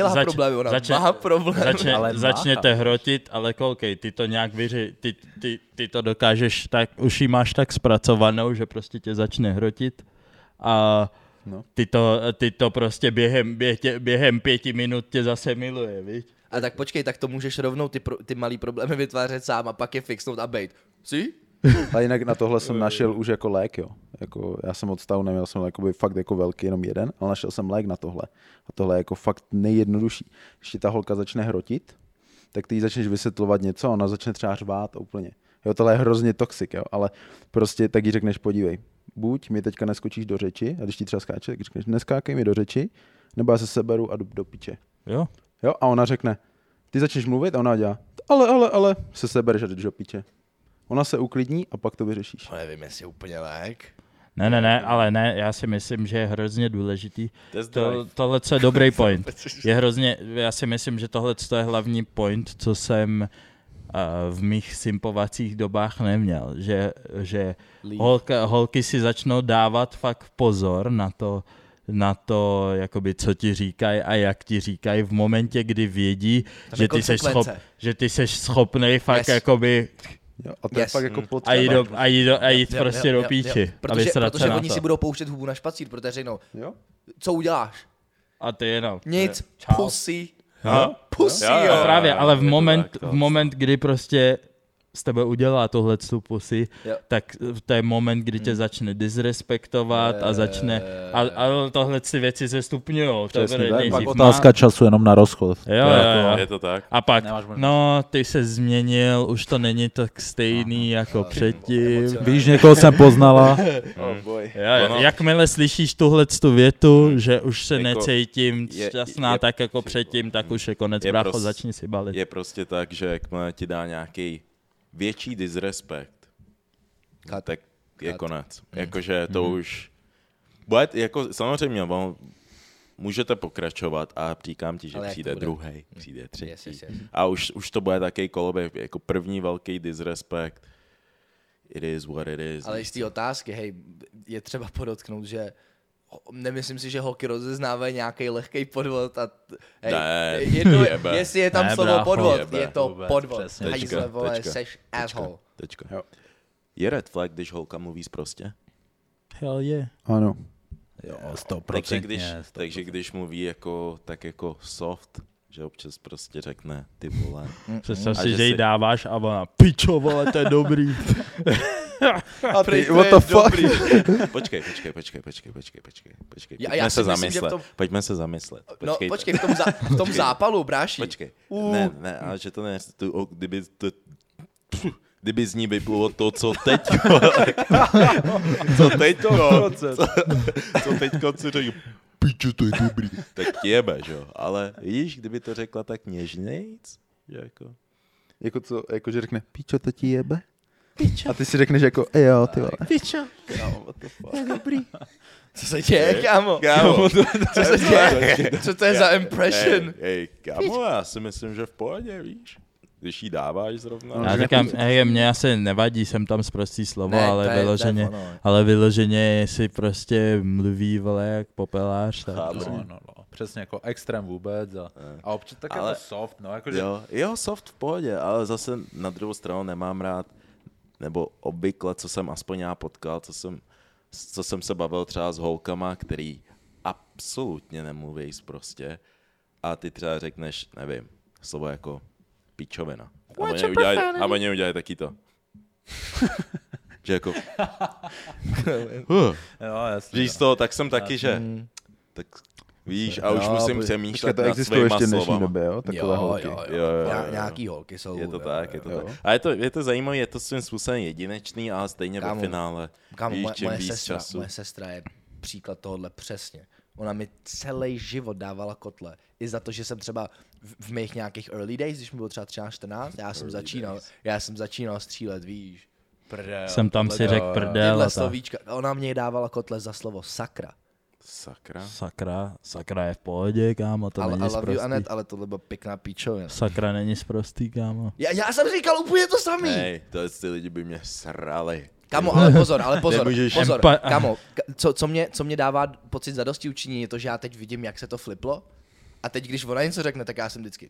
začnete hrotit, ale koukej, ty to nějak ty to dokážeš tak, už jí máš tak zpracovanou, že prostě tě začne hrotit a ty to prostě během 5 minut tě zase miluje, víš? A tak počkej, tak to můžeš rovnou ty malý problémy vytvářet sám a pak je fixnout a bejt. Si? A jinak na tohle jsem našel už jako lék, jo. Jako, já jsem od stavu neměl jsem jakoby fakt jako velký, jenom jeden, ale našel jsem lék na tohle. A tohle je jako fakt nejjednodušší. Když ta holka začne hrotit, tak ty jí začneš vysvětlovat něco a ona začne třeba řvát úplně. Jo, tohle je hrozně toxic, jo, ale prostě tak jí řekneš, podívej, buď mi teďka neskočíš do řeči, a když ti třeba skáče, tak řekneš, neskákej mi do řeči, nebo já se seberu a jdu do piče. Jo, a ona řekne, ty začneš mluvit a ona dělá, ale, se sebereš a jdeš do piče. Ona se uklidní a pak to vyřešíš. To nevím, jestli úplně lék. Ne, já si myslím, že je hrozně důležitý. Tohle je dobrý point. Já si myslím, že tohle je hlavní point, co jsem v mých simpovacích dobách neměl, že holky si začnou dávat fakt pozor na to jakoby, co ti říkají a jak ti říkají v momentě, kdy vědí, že ty seš schopnej fakt jakoby jo, a to je fakt jako a jít prostě do píči. Protože oni si budou pouštět hubu na špacír, protože řeknou, co uděláš? A ty jenom. Nic, pussy. Pussy, jo. Právě, ale v moment, kdy prostě z tebe udělá tohletu pussy, tak to je moment, kdy tě začne disrespektovat a začne, a tohle ty věci se stupňujou. Pak otázka času jenom na rozchod. Jo. Je to tak. A pak, ty se změnil, už to není tak stejný jako předtím. Víš, někoho jsem poznala. Jakmile slyšíš tuhletu větu, že už se necítím šťastná tak jako předtím, tak už je konec, brácho, začni si balit. Je prostě tak, že jakmile ti dá nějaký větší disrespekt, tak je konec. Jakože to už bude, jako samozřejmě, můžete pokračovat a říkám ti, že přijde druhý, přijde třetí. Yes. A už to bude takový koloběh, jako první velký disrespekt. It is what it is. Ale z té otázky, hej, je třeba podotknout, že nemyslím si, že holky rozeznávají nějaký lehký podvod a jestli je tam slovo podvod, je to podvod. Hajzle, vole, seš asshole. Je red flag, když holka mluví sprostě? Hell yeah. Ano. Jo, 100%. Takže když mluví jako, tak jako soft, že občas prostě řekne ty vole. Představ si, že jí dáváš a ona, pičo, vole, to je dobrý. A ty, what the fuck? Počkej. Pojďme se zamyslet. No, počkej, v tom zápalu, bráši. Počkej. Ne, ale že to ne, kdyby z ní vyplulo to, co teď. Co teďko si řekl, pičo, to je dobrý. Tak jebe, že jo. Ale víš, kdyby to řekla tak něžnějc, že jako... Jako že řekne, pičo, to ti jebe? Pičo. A ty si řekneš jako, jo, ty vole. Pičo. Kámo, what the fuck. Je dobrý. Co se děje, kámo? Co se děje? Co to je za impression? Kámo, já si myslím, že v pohodě, víš. Když jí dáváš zrovna. Já říkám, mně asi nevadí, jsem tam sprostý slovo, ale vyloženě si prostě mluví, vole, jak popelář. Tak. No. Přesně, jako extrém vůbec. A občas tak ale, jako soft, no. Jakože... Jo, soft v pohodě, ale zase na druhou stranu nemám rád, nebo obvykle, co jsem aspoň já potkal, co jsem se bavil třeba s holkama, který absolutně nemluví prostě. A ty třeba řekneš, nevím, slovo jako pičovina. A oni udělají taky to. Že jako... jo, jasně. Víš to, tak jsem taky, že... Tak víš, a už musím přemýšlet nad svýma slovama. Době, jo? Takové holky. Jo. Nějaký holky jsou. Je to tak. A je to zajímavé, je to svým způsobem jedinečný, ale stejně ve finále. Kámo, moje sestra je příklad tohohle přesně. Ona mi celý život dávala kotle. I za to, že jsem třeba v mých nějakých early days, když mi bylo třeba 13, já jsem začínal střílet, víš. Prdel. Jsem tam si řekl prdel. Ona mě dávala kotle za slovo sakra. Sakra je v pohodě, kámo, to není sprostý. Anet, ale tohle byla pěkná píčovina. Sakra není sprostý, kámo. Já jsem říkal úplně to samý. Hej, ty lidi by mě srali. Kámo, ale pozor. Kámo, co mě dává pocit zadostiučinění je to, že já teď vidím, jak se to fliplo. A teď, když ona něco řekne, tak já jsem vždycky...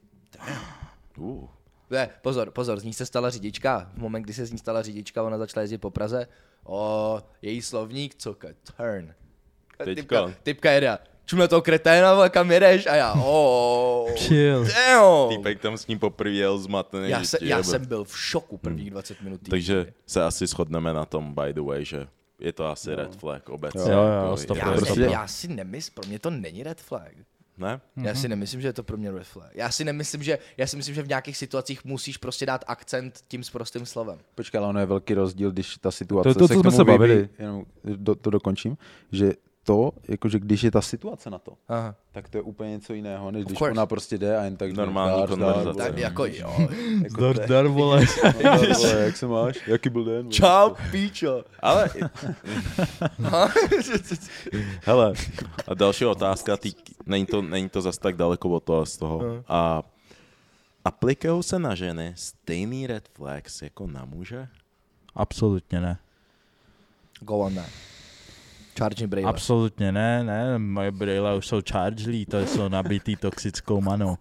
Ne, pozor, z ní se stala řidička. V moment, kdy se z ní stala řidička, ona začala jezdit po Praze. Její slovník, coka, turn. Typka jede. Čumne toho kreténa, vole, kam jedeš? A já, chill. Týpek tam s ním poprvé jel zmatený. Já jsem byl v šoku prvních 20 minut. Takže se asi shodneme na tom, by the way, že je to asi red flag obecně. Jo, já si nemyslím, pro mě to není red flag. Ne? Já si nemyslím, že je to pro mě red flag. Já si myslím, že v nějakých situacích musíš prostě dát akcent tím sprostým slovem. Počkej, ale ono je velký rozdíl, když ta situace to, se k tomu bavili. Jenom to dokončím, že to, jakože když je ta situace na to, tak to je úplně něco jiného, než když ona prostě jde a jen tak normální konverzace. Tak jako jo. Dar, vole. Jak se máš? Jaký byl den? Čau, píčo. Ale... Hele, a další otázka, není to zas tak daleko od toho z toho. A aplikují se na ženy stejný red flags jako na muže? Absolutně ne. Go on that. Charge brýle. Absolutně ne, moje brýle už jsou chargelí, to jsou nabitý toxickou manou.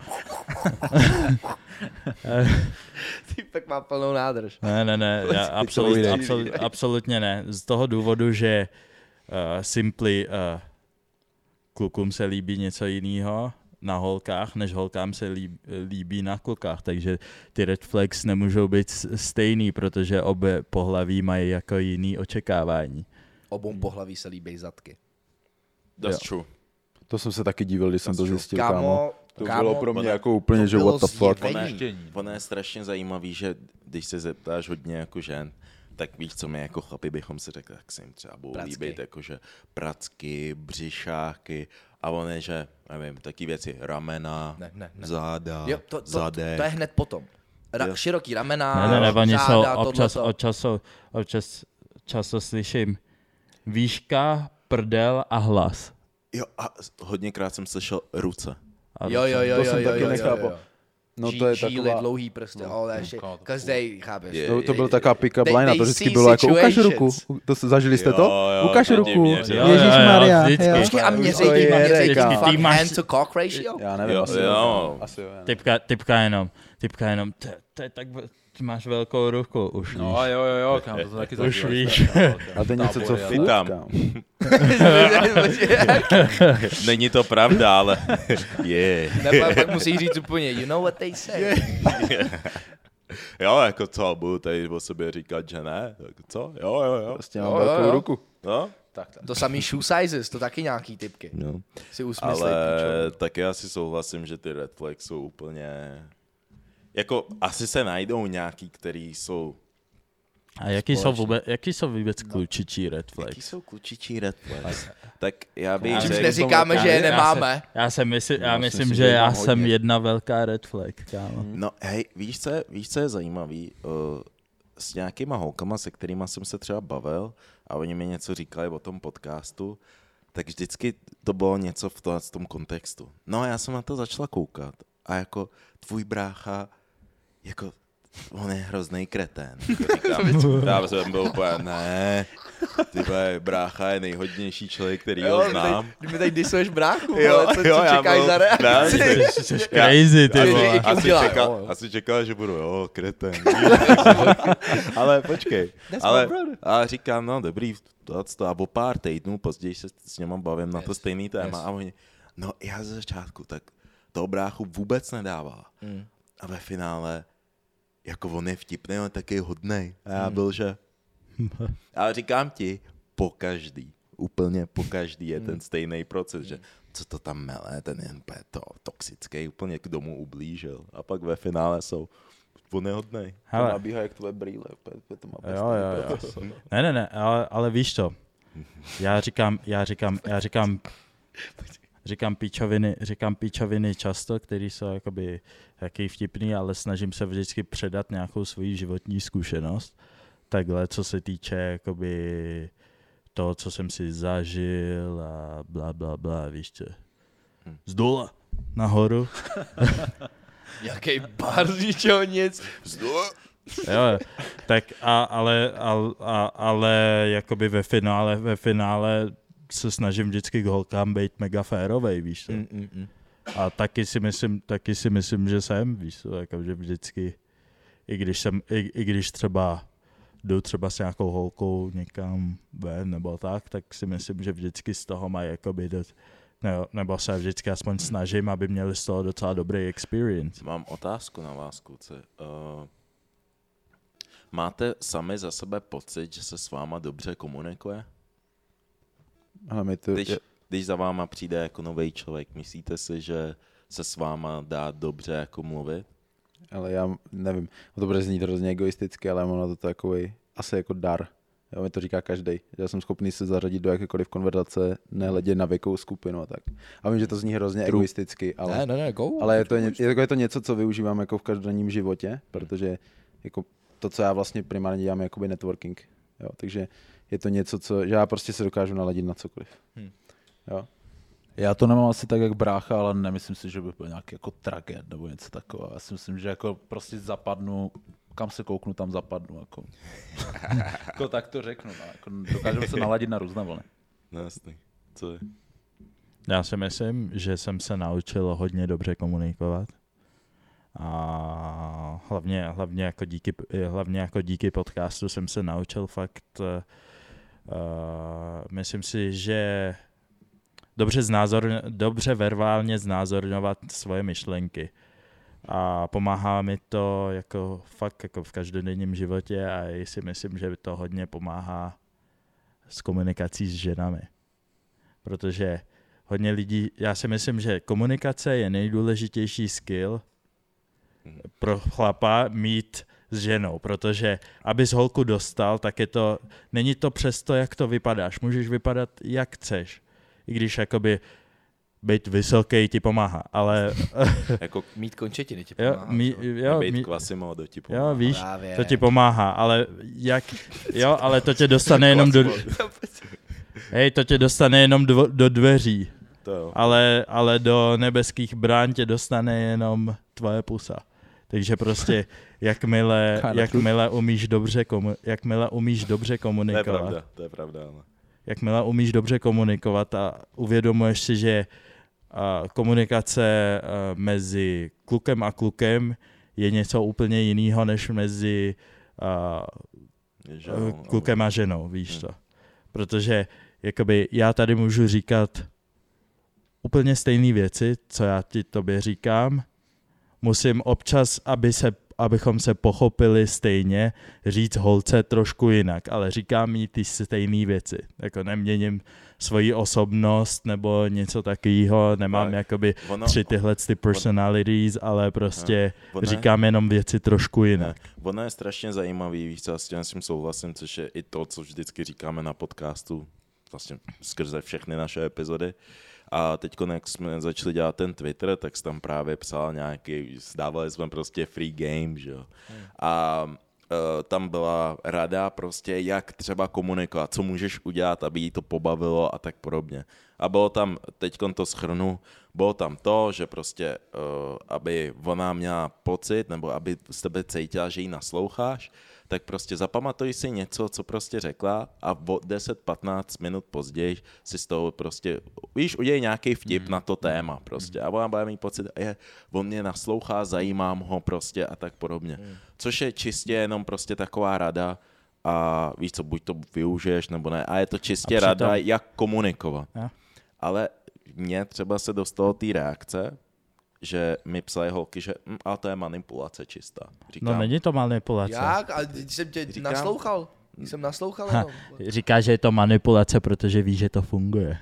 Týpek má plnou nádrž. Ne, já absolutně ne. Z toho důvodu, že simply klukům se líbí něco jiného na holkách, než holkám se líbí na klukách, takže ty red flags nemůžou být stejný, protože obě pohlaví mají jako jiný očekávání. Obou pohlaví se líbí zadky. That's true. To jsem se taky divil, když jsem to zjistil, kámo. To bylo pro mě jako úplně, že what the fuck. Ono je strašně zajímavý, že když se zeptáš hodně jako žen, tak víš, co my jako chlapi bychom si řekli, tak se jim třeba budou líbit, jakože pracky, břišáky a on je, že, nevím, taky věci, ramena, záda, zadek. To je hned potom. Široký ramena, oni záda, občas slyším výška, prdel a hlas. Jo, a hodněkrát jsem slyšel ruce. Jo. To jsem taky nechápal. No to je taková... dlouhý prsty, chápeš. To byl taková pick-up line a to vždycky bylo jako ukaž ruku. Zažili jste to? Ukaž ruku. Ježišmarja. Počkej, a měřejte fuck hand to cock ratio? Já nevím, asi jo. Typka jenom, to je tak... Teď máš velkou ruku, už no, víš. Jo, kam, to taky už víš. A to je něco, co furt, tam. Není to pravda, ale Nebo pak musíš říct úplně, you know what they say. Jo, jako co, budu tady o sobě říkat, že ne? Co? Jo. Prostě mám velkou ruku. No? Tak. To samý shoe sizes, to taky nějaký typky. No. Si usmyslej, ale taky asi souhlasím, že ty red flags jsou úplně... Jako asi se najdou nějaký, který jsou... A jaký jsou vůbec klučičí red flags? Jaký jsou klučičí red flags? Tak já bych řekl... Čímž neříkáme, že je nemáme. Já myslím, že já jsem jedna velká red flag, kámo. No hej, víš, co je zajímavý? S nějakýma holkama, se kterýma jsem se třeba bavil a oni mi něco říkali o tom podcastu, tak vždycky to bylo něco v tom kontextu. No a já jsem na to začala koukat a jako tvůj brácha, jako on je hrozný kretén. Já jsem byl úplně, ne, ty brácha je nejhodnější člověk, který ho znám. Ty mi tady disuješ bráchu, ale co čekáš za reakci? Jsi crazy, ty vole. Asi čekal, že budu, kretén. Ale počkej. Ale říkám, no dobrý, a o pár týdnů později se s něma bavím na to stejný téma. A oni, no já ze začátku tak toho bráchu vůbec nedával. A ve finále jako on je vtipný, on je taky hodnej. A já byl, že... Ale říkám ti, úplně pokaždý je ten stejný proces, že co to tam mele, ten je úplně toxický, úplně k domu ublížil. A pak ve finále jsou, on je hodnej. To nabíhá jak tvoje brýle. Jo. Ne, ale víš to. Já říkám píčoviny často, který jsou jakoby jaký vtipný, ale snažím se vždycky předat nějakou svoji životní zkušenost. Takhle, co se týče jakoby toho, co jsem si zažil a bla, víš co. Z dola nahoru. Jaký bar, ničeho nic. Z dola. Jo, tak ale jakoby ve finále se snažím vždycky k holkám být mega férovej, víš co. A taky si myslím, že jsem, víš co, jako, že vždycky, i když třeba jdu třeba s nějakou holkou někam ven nebo tak si myslím, že vždycky z toho mají jakoby nebo se vždycky aspoň snažím, aby měli z toho docela dobrý experience. Mám otázku na vás, kluci. Máte sami za sebe pocit, že se s váma dobře komunikuje? Když za váma přijde jako nový člověk, myslíte si, že se s váma dá dobře jako mluvit? Ale já nevím, to bude znít hrozně egoisticky, ale mám na to takový asi jako dar. Jo, mi to říká každý. Já jsem schopný se zařadit do jakékoliv konverzace, nehledě na věkovou skupinu a tak. A vím, že to zní hrozně egoisticky, ale, ale je to něco, co využívám jako v každodenním životě, protože jako to, co já vlastně primárně dělám, je jakoby networking. Jo, takže je to něco, že já prostě se dokážu naladit na cokoliv. Jo. Já to nemám asi tak jak brácha, ale nemyslím si, že by byl nějaký jako tragéd nebo něco takového. Já si myslím, že jako prostě zapadnu, kam se kouknu, tam zapadnu. Jako. Jako tak to řeknu. No. Jako dokážeme se naladit na různé vlny. No jasný. Co je? Já si myslím, že jsem se naučil hodně dobře komunikovat. A hlavně jako díky podcastu jsem se naučil fakt, myslím si, že dobře verbálně znázorňovat svoje myšlenky. A pomáhá mi to jako fakt jako v každodenním životě a si myslím, že to hodně pomáhá s komunikací s ženami. Protože hodně lidí, já si myslím, že komunikace je nejdůležitější skill pro chlapa mít s ženou, protože abys holku dostal, tak není to přes to, jak to vypadáš. Můžeš vypadat, jak chceš. I když jakoby být vysoký ti pomáhá, ale... jako mít končetiny ti pomáhá. Být Quasimodo ti pomáhá. Jo, víš, to ti pomáhá, ale ale to tě dostane jenom do... to tě dostane jenom do dveří. Ale do nebeských brán tě dostane jenom tvoje pusa. Takže prostě jakmile umíš dobře komunikovat. To je pravda. Ale. Jakmile umíš dobře komunikovat a uvědomuješ si, že komunikace mezi klukem a klukem je něco úplně jiného, než mezi klukem a ženou, víš to. Protože jakoby já tady můžu říkat úplně stejné věci, co já ti tobě říkám. Musím občas, abychom se pochopili stejně, říct holce trošku jinak, ale říkám jí ty stejné věci. Jako neměním svoji osobnost nebo něco takového, nemám jakoby 3 tyhle personalities, ale prostě říkám jenom věci trošku jinak. Ono je strašně zajímavý, víš co, s tím souhlasím, což je i to, co vždycky říkáme na podcastu, vlastně skrze všechny naše epizody. A teď, jak jsme začali dělat ten Twitter, tak jsi tam právě psal nějaký, dávali jsme prostě free game, že jo. A tam byla rada prostě, jak třeba komunikovat, co můžeš udělat, aby jí to pobavilo a tak podobně. A bylo tam, teď to shrnu, bylo tam to, že prostě, aby ona měla pocit, nebo aby z tebe cítila, že jí nasloucháš, tak prostě zapamatuj si něco, co prostě řekla a 10-15 minut později si z toho prostě, víš, udělej nějaký vtip na to téma prostě a ona bude mít pocit, on mě naslouchá, zajímám ho prostě a tak podobně. Což je čistě jenom prostě taková rada a víš co, buď to využiješ nebo ne a je to čistě rada, jak komunikovat. Ale mně třeba se dostalo té reakce, že mi psali holky, že ale to je manipulace čistá. Říkám, no není to manipulace. Jak? A jsem tě naslouchal. Jsem naslouchal jenom. Říká, že je to manipulace, protože ví, že to funguje.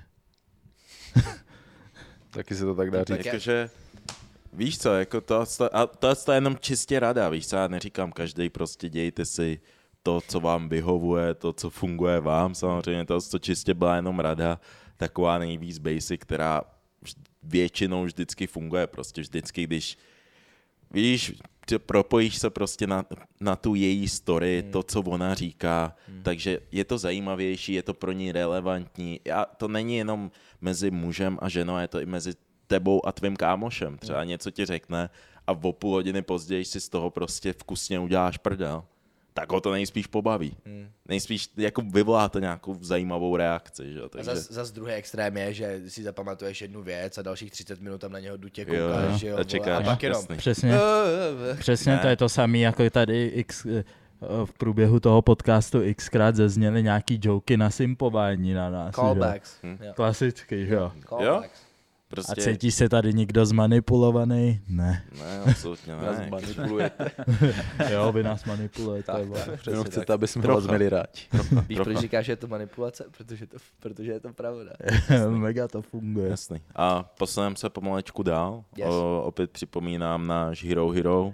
Taky se to tak dá říct. Jakože, víš co, jako to je jenom čistě rada, víš co, já neříkám každý, prostě dějte si to, co vám vyhovuje, to, co funguje vám, samozřejmě to, co čistě byla jenom rada, taková nejvíc basic, která většinou vždycky funguje, prostě vždycky, když víš, propojíš se prostě na tu její story, to, co ona říká, takže je to zajímavější, je to pro ní relevantní. To není jenom mezi mužem a ženou, je to i mezi tebou a tvým kámošem. Třeba něco ti řekne a o půl hodiny později si z toho prostě vkusně uděláš prdel. Tak ho to nejspíš pobaví. Nejspíš jako vyvolá to nějakou zajímavou reakci. Že? Takže... A zas druhý extrém je, že si zapamatuješ jednu věc a dalších 30 minut tam na něho dutě koukáš. Jo, a čekáš. A pak jenom. Přesně to je to samé, jako tady v průběhu toho podcastu xkrát zazněly nějaký joky na simpování na nás. Callbacks. Klasicky, že jo. Callbacks. Prostě... A cítí se tady někdo zmanipulovaný? Ne. Ne, absolutně ne. Nás manipulujete. Jo, vy nás manipulujete. Jenom chcete, aby jsme vás měli rádi. Víš, proč říkáš, že je to manipulace? Protože je to pravda. Mega to funguje. Jasný. A posuneme se pomalečku dál. Yes. Opět připomínám náš Hero.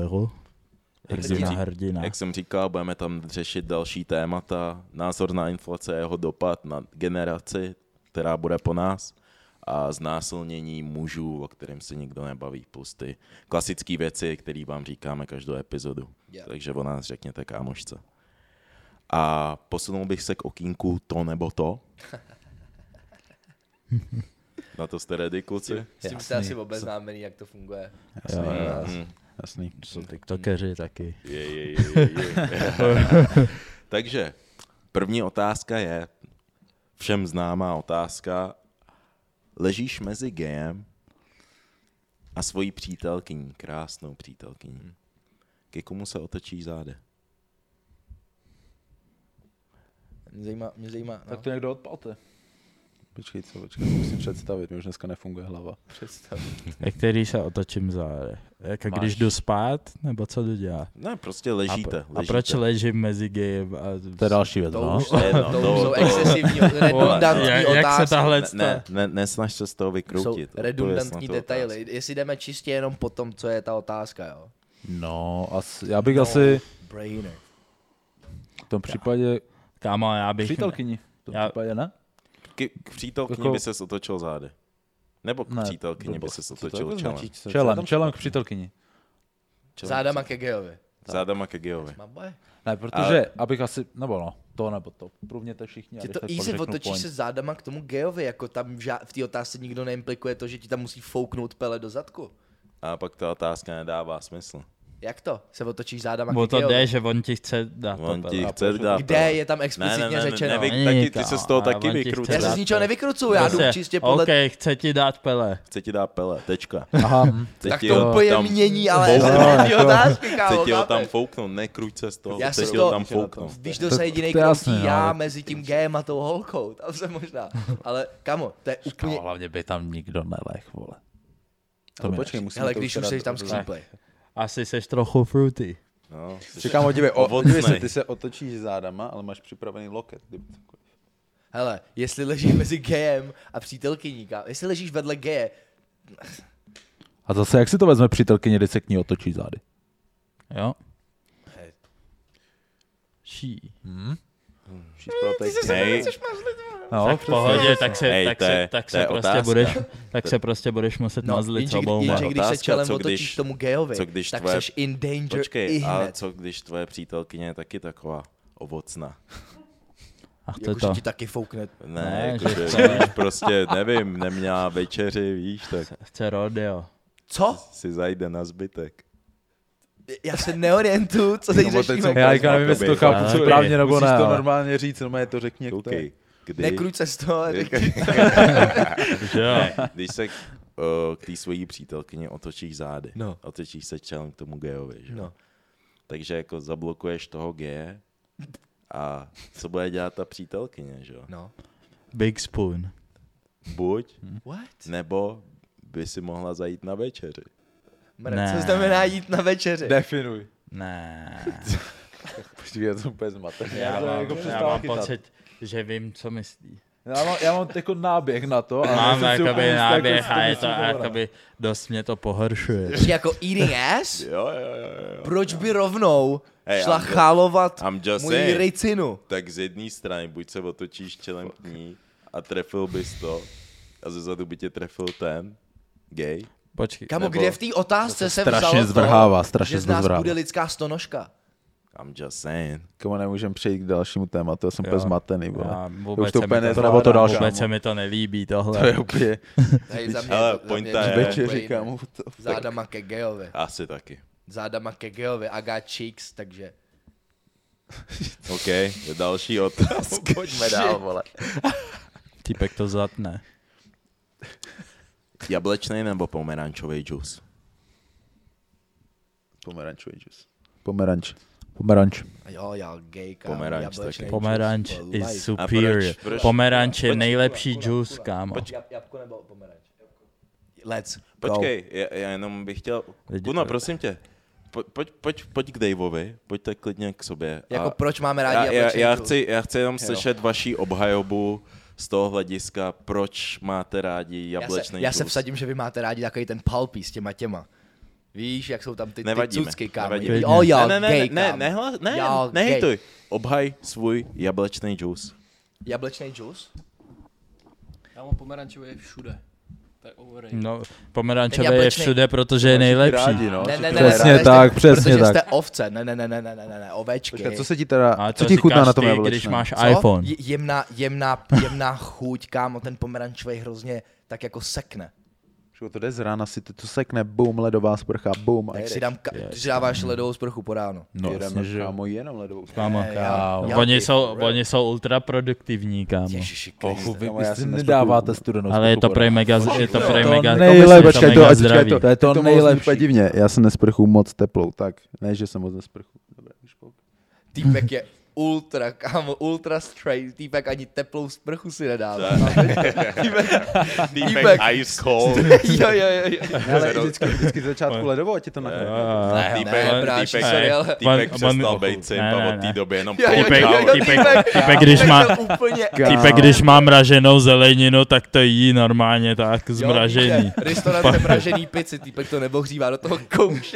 Hrdina. Jak jsem říkal, budeme tam řešit další témata. Názor na inflace, jeho dopad na generaci, která bude po nás. A znásilnění mužů, o kterém se nikdo nebaví, plus ty klasické věci, které vám říkáme každou epizodu. Yeah. Takže o nás řekněte kámošce. A posunul bych se k okýnku to nebo to. Na to jste ready, kluci? S tím jste asi obeznámený, jak to funguje. Jasný. Jsou tiktokeři taky. Je. Takže první otázka je všem známá otázka. Ležíš mezi gejem a svojí přítelkyní, krásnou přítelkyní. Ke komu se otočíš záde? Mě zajímá. Tak to někdo odpalte. Počkej, musím představit, mi už dneska nefunguje hlava. Který se otočím záde? Jako když jdu spát, nebo co jdu dělat? Ne, prostě ležíte. A proč ležím mezi gejem? To je další věc, to jsou excesivní, redundantní otázky. Jak se tahle... Nesnaž se z toho vykroutit. Jsou redundantní detaily. Jestli jdeme čistě jenom po tom, co je ta otázka, jo? No, já bych asi... Brainer. V tom případě... Kámo, já bych... Přítelkyni. V tom případě ne? K přítelkyni by ses otočil zády. Nebo k přítelkyni by ses otočil čelem. Čelem k přítelkyni. Zádama ke gejovi. Zádama ke gejovi. Ne, protože abych asi, nebo to. Průvněte všichni. Ty to easy otočíš se zádama k tomu gejovi, jako tam v té otázce nikdo neimplikuje to, že ti tam musí fouknout pele do zadku. A pak ta otázka nedává smysl. Jak to? Se otočíš zádama Bo to jde, že on ti chce dát popel. Kde je tam explicitně řečeno? Taky ty se z toho taky vykrucuješ. Já se z ničeho nevykrucuju, já jdu čistě podle... OK, chce ti dát pele. Chce ti dát pele, tečka. Aha. Tak to úplně mění, ale ty otázky, kámo. Chce ti ho tam fouknout, nekruť se z toho, chce ti ho tam fouknout. Víš, kdo se jedinej kroutí, já mezi tím Gem a tou holkou, tam se možná. Ale kamo, to je úplně... Hlavně by tam nikdo nelech, vole. To počkej, musíme ale když už jsi tam skříplej. Asi seš trochu fruity. No, čekám, dívej se, ty se otočíš zádama, ale máš připravený loket. Hele, jestli ležíš mezi gejem a přítelkyní, jestli ležíš vedle geje... A zase, jak si to vezme přítelkyně, když se k ní otočí zády? Jo. No, tak v pohodě, tak se prostě budeš muset mazlit sobou. Jenže když se čelem otočíš tomu gejovi, tak seš in danger. Počkej, a co když tvoje přítelkyně je taky taková ovocná? Jakože ti taky foukne. Ne, jakože prostě, nevím, neměla večeři, víš, tak... Chce rodeo. Co? Si zajde na zbytek. Já se neorientuju, co teď řešíme. Já nevím, jestli to chápu správně nebo ne. Musíš to normálně říct, no to řekni, jak to je. Nekruť se z toho. Když se k té svojí přítelkyni otočíš zády, otočíš se čelem k tomu gejovi, že? No. Takže jako zablokuješ toho geje a co bude dělat ta přítelkyně, že jo? No. Big spoon. Buď, What? nebo by si mohla zajít na večeři. Co znamená jít na večeři? Definuj. Ne. Počkej, já to úplně zmatený. Já mám pocit, že vím, co myslí. Já mám jako náběh na to. Mám jakoby náběh a je to jakoby dost mě to pohoršuje. Jako eating ass? Jo. Proč by rovnou šla chálovat moji rejcinu? Tak z jedné strany, buď se otočíš čelem k ní a trefil bys to a zezadu by tě trefil ten gay. Počkej. Kamo, kde v té otázce se vzalo strašně že z nás bude lidská stonožka? I'm just saying. Komu nemůžeme přejít k dalšímu tématu, já jsem úplně zmatený. Vůbec se mi to nelíbí tohle. To je úplně... Ale pointa je... Večeři, kámo. Zádama ke gejovi. Asi taky. Zádama ke gejovi. I got cheeks, takže... OK, je další otázka. Pojďme dál, vole. Týpek to zatne. Jablečný nebo pomerančový džus? Pomerančový džus. Pomeranč. Jo, já gay, kámo. Pomeranč is superior. Pomeranč je nejlepší džus, kámo. Jabko nebo pomeranč? Let's go. Počkej, já jenom bych chtěl... Kuno, prosím tě. Pojď k Daveovi, pojďte klidně k sobě. Jako proč máme rádi jablečný já chci jenom slyšet vaši obhajobu z toho hlediska, proč máte rádi jablečný džus. Já se vsadím, že vy máte rádi takový ten palpí s těma. Víš, jak jsou tam ty cucky, kámo. Nehejtuj. Obhaj svůj jablečný džus. Jablečný džus? Já mám pomerančový všude. To je overrated. No, pomerančové je všude, protože je nejlepší. Přesně tak. Protože jste ovce. Ne, ovečky. Počkej, co se ti teda, co ti chutná na tom jablečném? Když máš iPhone. Jemná chuť, kámo, ten pomerančový hrozně tak jako sekne. To jde z rána, si to sekne, boom, ledová sprcha, boom. Tak si dáváš ledovou sprchu po ránu. No, jasně, že kámo, jenom ledovou sprchu. Kámo. Oni jsou ultra produktivní, kámo. Vy si nedáváte studenou sprchu. Ale je to prej mega nejlepší. To je to nejlepší. Divně, já se nesprchu moc teplou, tak ne, že jsem moc nesprchu. Dobré, týpek je ultra straight, týpek ani teplou sprchu si nedává. Týpek ice cold. Jo. Ale vždycky z začátku ledovou, ať je to nakonec. Týpek přestal být simp a od té doby jenom týpek, když má mraženou zeleninu, tak to jí normálně tak zmražený. Restaurant mražený pici, týpek to nebohřívá do toho kouše.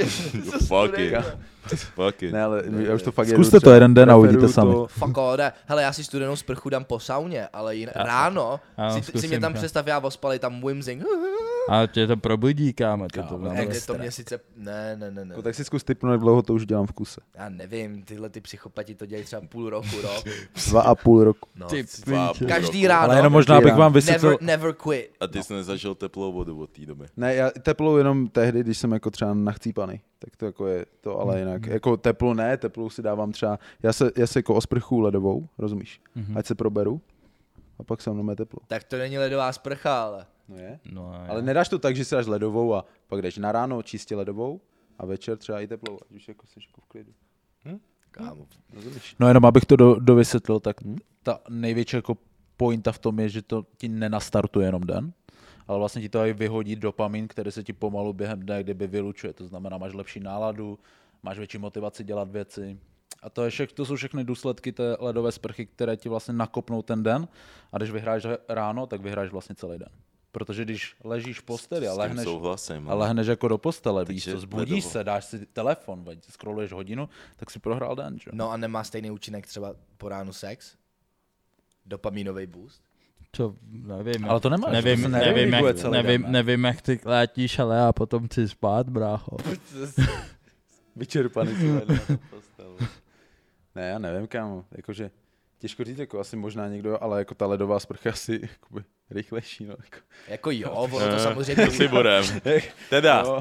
Ne, ale já už to fakt zkuste to jeden den a uvidíte sami. Hele, já si studenou sprchu dám po sauně, ale ráno si mě tam představ, já ospalej tam whimsing. A tě to probudí, kámo. To mě sice... Ne. Tak si zkus typnout, jak dlouho to už dělám v kuse. Já nevím, tyhle ty psychopati to dělají třeba půl roku, rok. 2,5 roku. No, každý ráno. Ale jenom možná bych vám vysvětlil... Never quit. A ty jsi nezažil teplou vodu od té doby? Ne, já teplou jenom tehdy, když jsem jako třeba nachcípaný. Tak to jako je to, ale jinak. Jako teplo ne, teplou si dávám třeba... Já se jako osprchu ledovou, rozumíš? Ať se proberu. A pak se mnou teplo. Tak to není ledová sprcha, ale. No je. Ale nedáš to tak, že si dáš ledovou a pak jdeš na ráno čistě ledovou a večer třeba i teplou, ať už jako jsi jako v klidu. Kámo. No jenom abych to dovysvětlil, tak ta největší jako pointa v tom je, že to ti nenastartuje jenom den, ale vlastně ti to i vyhodí dopamin, který se ti pomalu během dne kdyby vylučuje. To znamená, máš lepší náladu, máš větší motivaci dělat věci. A to jsou všechny důsledky té ledové sprchy, které ti vlastně nakopnou ten den. A když vyhráš ráno, tak vyhráš vlastně celý den. Protože když ležíš v posteli a lehneš jako do postele, víš co, zbudíš se, dáš si telefon, scrolluješ hodinu, tak si prohrál den, že? No a nemá stejný účinek třeba po ránu sex? Dopaminový boost? To nevím. Ale to nemáš. Nevím, jak ty létíš, ale já potom chci spát, brácho. Vyčerpaný si postel. Ne, já nevím, kámo, jakože těžko říct, jako asi možná někdo, ale jako ta ledová sprcha asi jakoby rychlejší, no. Jako jo, ono to samozřejmě... To si budem. Teda. No.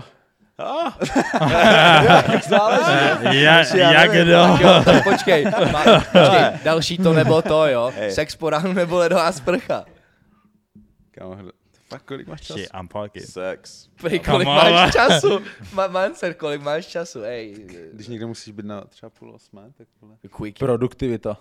Záleží. Jak kdo? Počkej, další to nebo to, jo. Sex po ránu nebo ledová sprcha. Kámo, fakt kolik máš času? Sex. Kolik máš času? Mancer, kolik máš času, ej. Když někde musíš být na třeba 7:30, tak vole. Produktivita.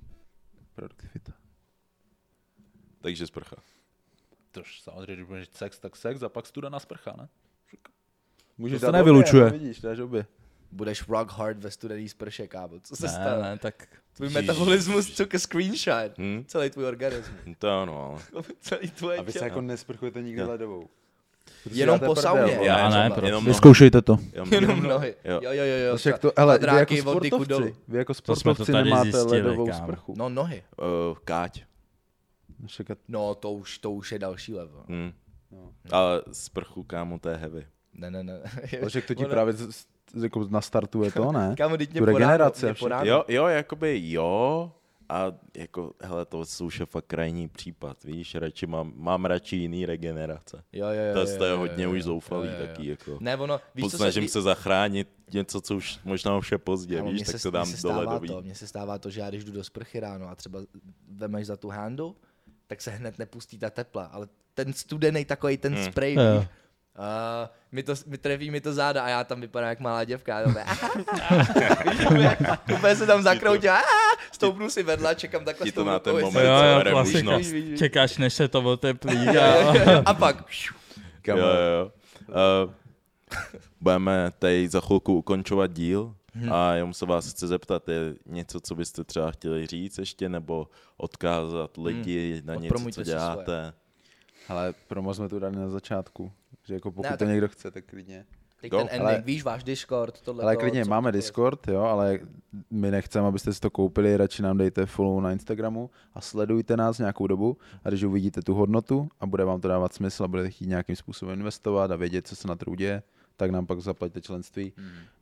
Takže sprcha. Tož samozřejmě, když budeš sex, tak sex a pak studená sprcha, ne? Můžeš to se nevylučuje. Vidíš, dáš obě. Budeš rock hard ve studený sprše, kámo. Co se stane? Ne, tak... Tvůj metabolismus took a screenshot. Celý tvůj organismus. To ano, ale... Celý tvoje tělo. A vy se jako nesprchujete nikdy ledovou. Jenom po sauně. Vyzkoušejte to. Jenom nohy. Jo. Vy jako sportovci nemáte ledovou sprchu. No nohy. Káť. No to už je další level. Ale sprchu, kámo, to je heavy. Ne. Takže to ti právě jako nastartuje to, ne? Kámo, teď tu regeneraci. Jo, jakoby jo. A jako, hele, to už je fakt krajní případ, víš, radši mám radši jiný regenerace. Jo. To je hodně už zoufalý taky, jako. Ne, ono, víš, snažím se zachránit něco, co už možná už je pozdě, víš, tak to dám do ledový. Mně se stává to, že já když jdu do sprchy ráno a třeba vemeš za tu handu, tak se hned nepustí ta tepla, ale ten studený takový ten spray, víš, treví mi to záda a já tam vypadám jak malá děvka. Úplně se tam zakroutím, stoupnu si vedla, čekám takhle. To na ten moment, čekáš, než se to oteplí. A pak. Jo. Budeme tady za chvilku ukončovat díl a jenom se vás chci zeptat, je něco, co byste třeba chtěli říct ještě, nebo odkázat lidi na něco, co děláte? Ale promo jsme tu dali na začátku, že jako pokud to někdo chce, tak klidně. Teď ten ending, víš, váš Discord, tohle. Ale klidně, máme Discord, jo, ale my nechceme, abyste si to koupili, radši nám dejte follow na Instagramu a sledujte nás nějakou dobu a když uvidíte tu hodnotu a bude vám to dávat smysl a budete chtít nějakým způsobem investovat a vědět, co se na trhu děje, tak nám pak zaplaťte členství.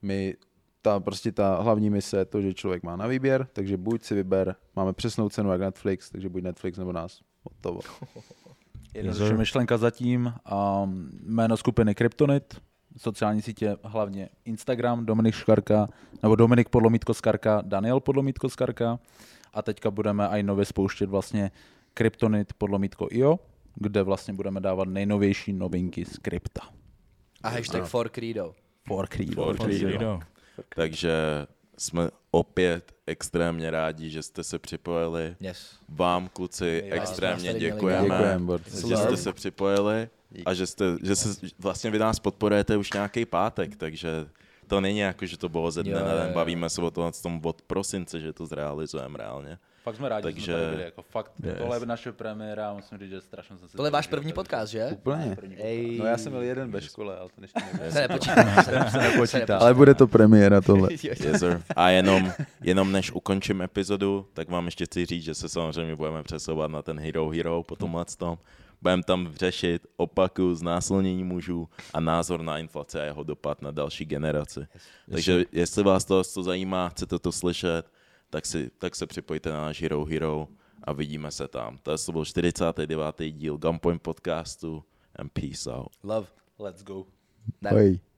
Ta hlavní mise je to, že člověk má na výběr, takže buď si vyber, máme přesnou cenu jak Netflix, takže buď Netflix nebo nás. Hotovo. Jednoduše myšlenka zatím a jméno skupiny Kryptonit, sociální sítě hlavně Instagram, Dominik Škarka, nebo Dominik __ Skarka, Daniel _ Skarka a teďka budeme i nově spouštět vlastně Kryptonit _IO, kde vlastně budeme dávat nejnovější novinky z krypta. A hashtag for Credo. For Credo. Takže jsme opět extrémně rádi, že jste se připojili. Yes. Vám, kluci, extrémně děkujeme, že jste se připojili a že vlastně vy nás podporujete už nějaký pátek, takže to není jako, že to bylo ze dne na den. Bavíme se o tom od prosince, že to zrealizujeme reálně. Fakt jsme rádi, že jsme tady byli, jako fakt, tohle je naše premiéra, musím říct, že strašně jsem se... Tohle je váš první podcast, že? Úplně. No já jsem měl jeden ve škole, ale to se nepočítá. Ale bude to premiéra tohle. Yes, a jenom než ukončím epizodu, tak vám ještě chci říct, že se samozřejmě budeme přesouvat na ten Hero po tomhle tom, budeme tam řešit opaku znásilnění mužů a názor na inflaci a jeho dopad na další generaci. Takže jestli vás to zajímá, chcete to slyšet, tak se připojte na náš Hero a vidíme se tam. To byl 49. díl Gunpoint podcastu and peace out. Love. Let's go. Bye.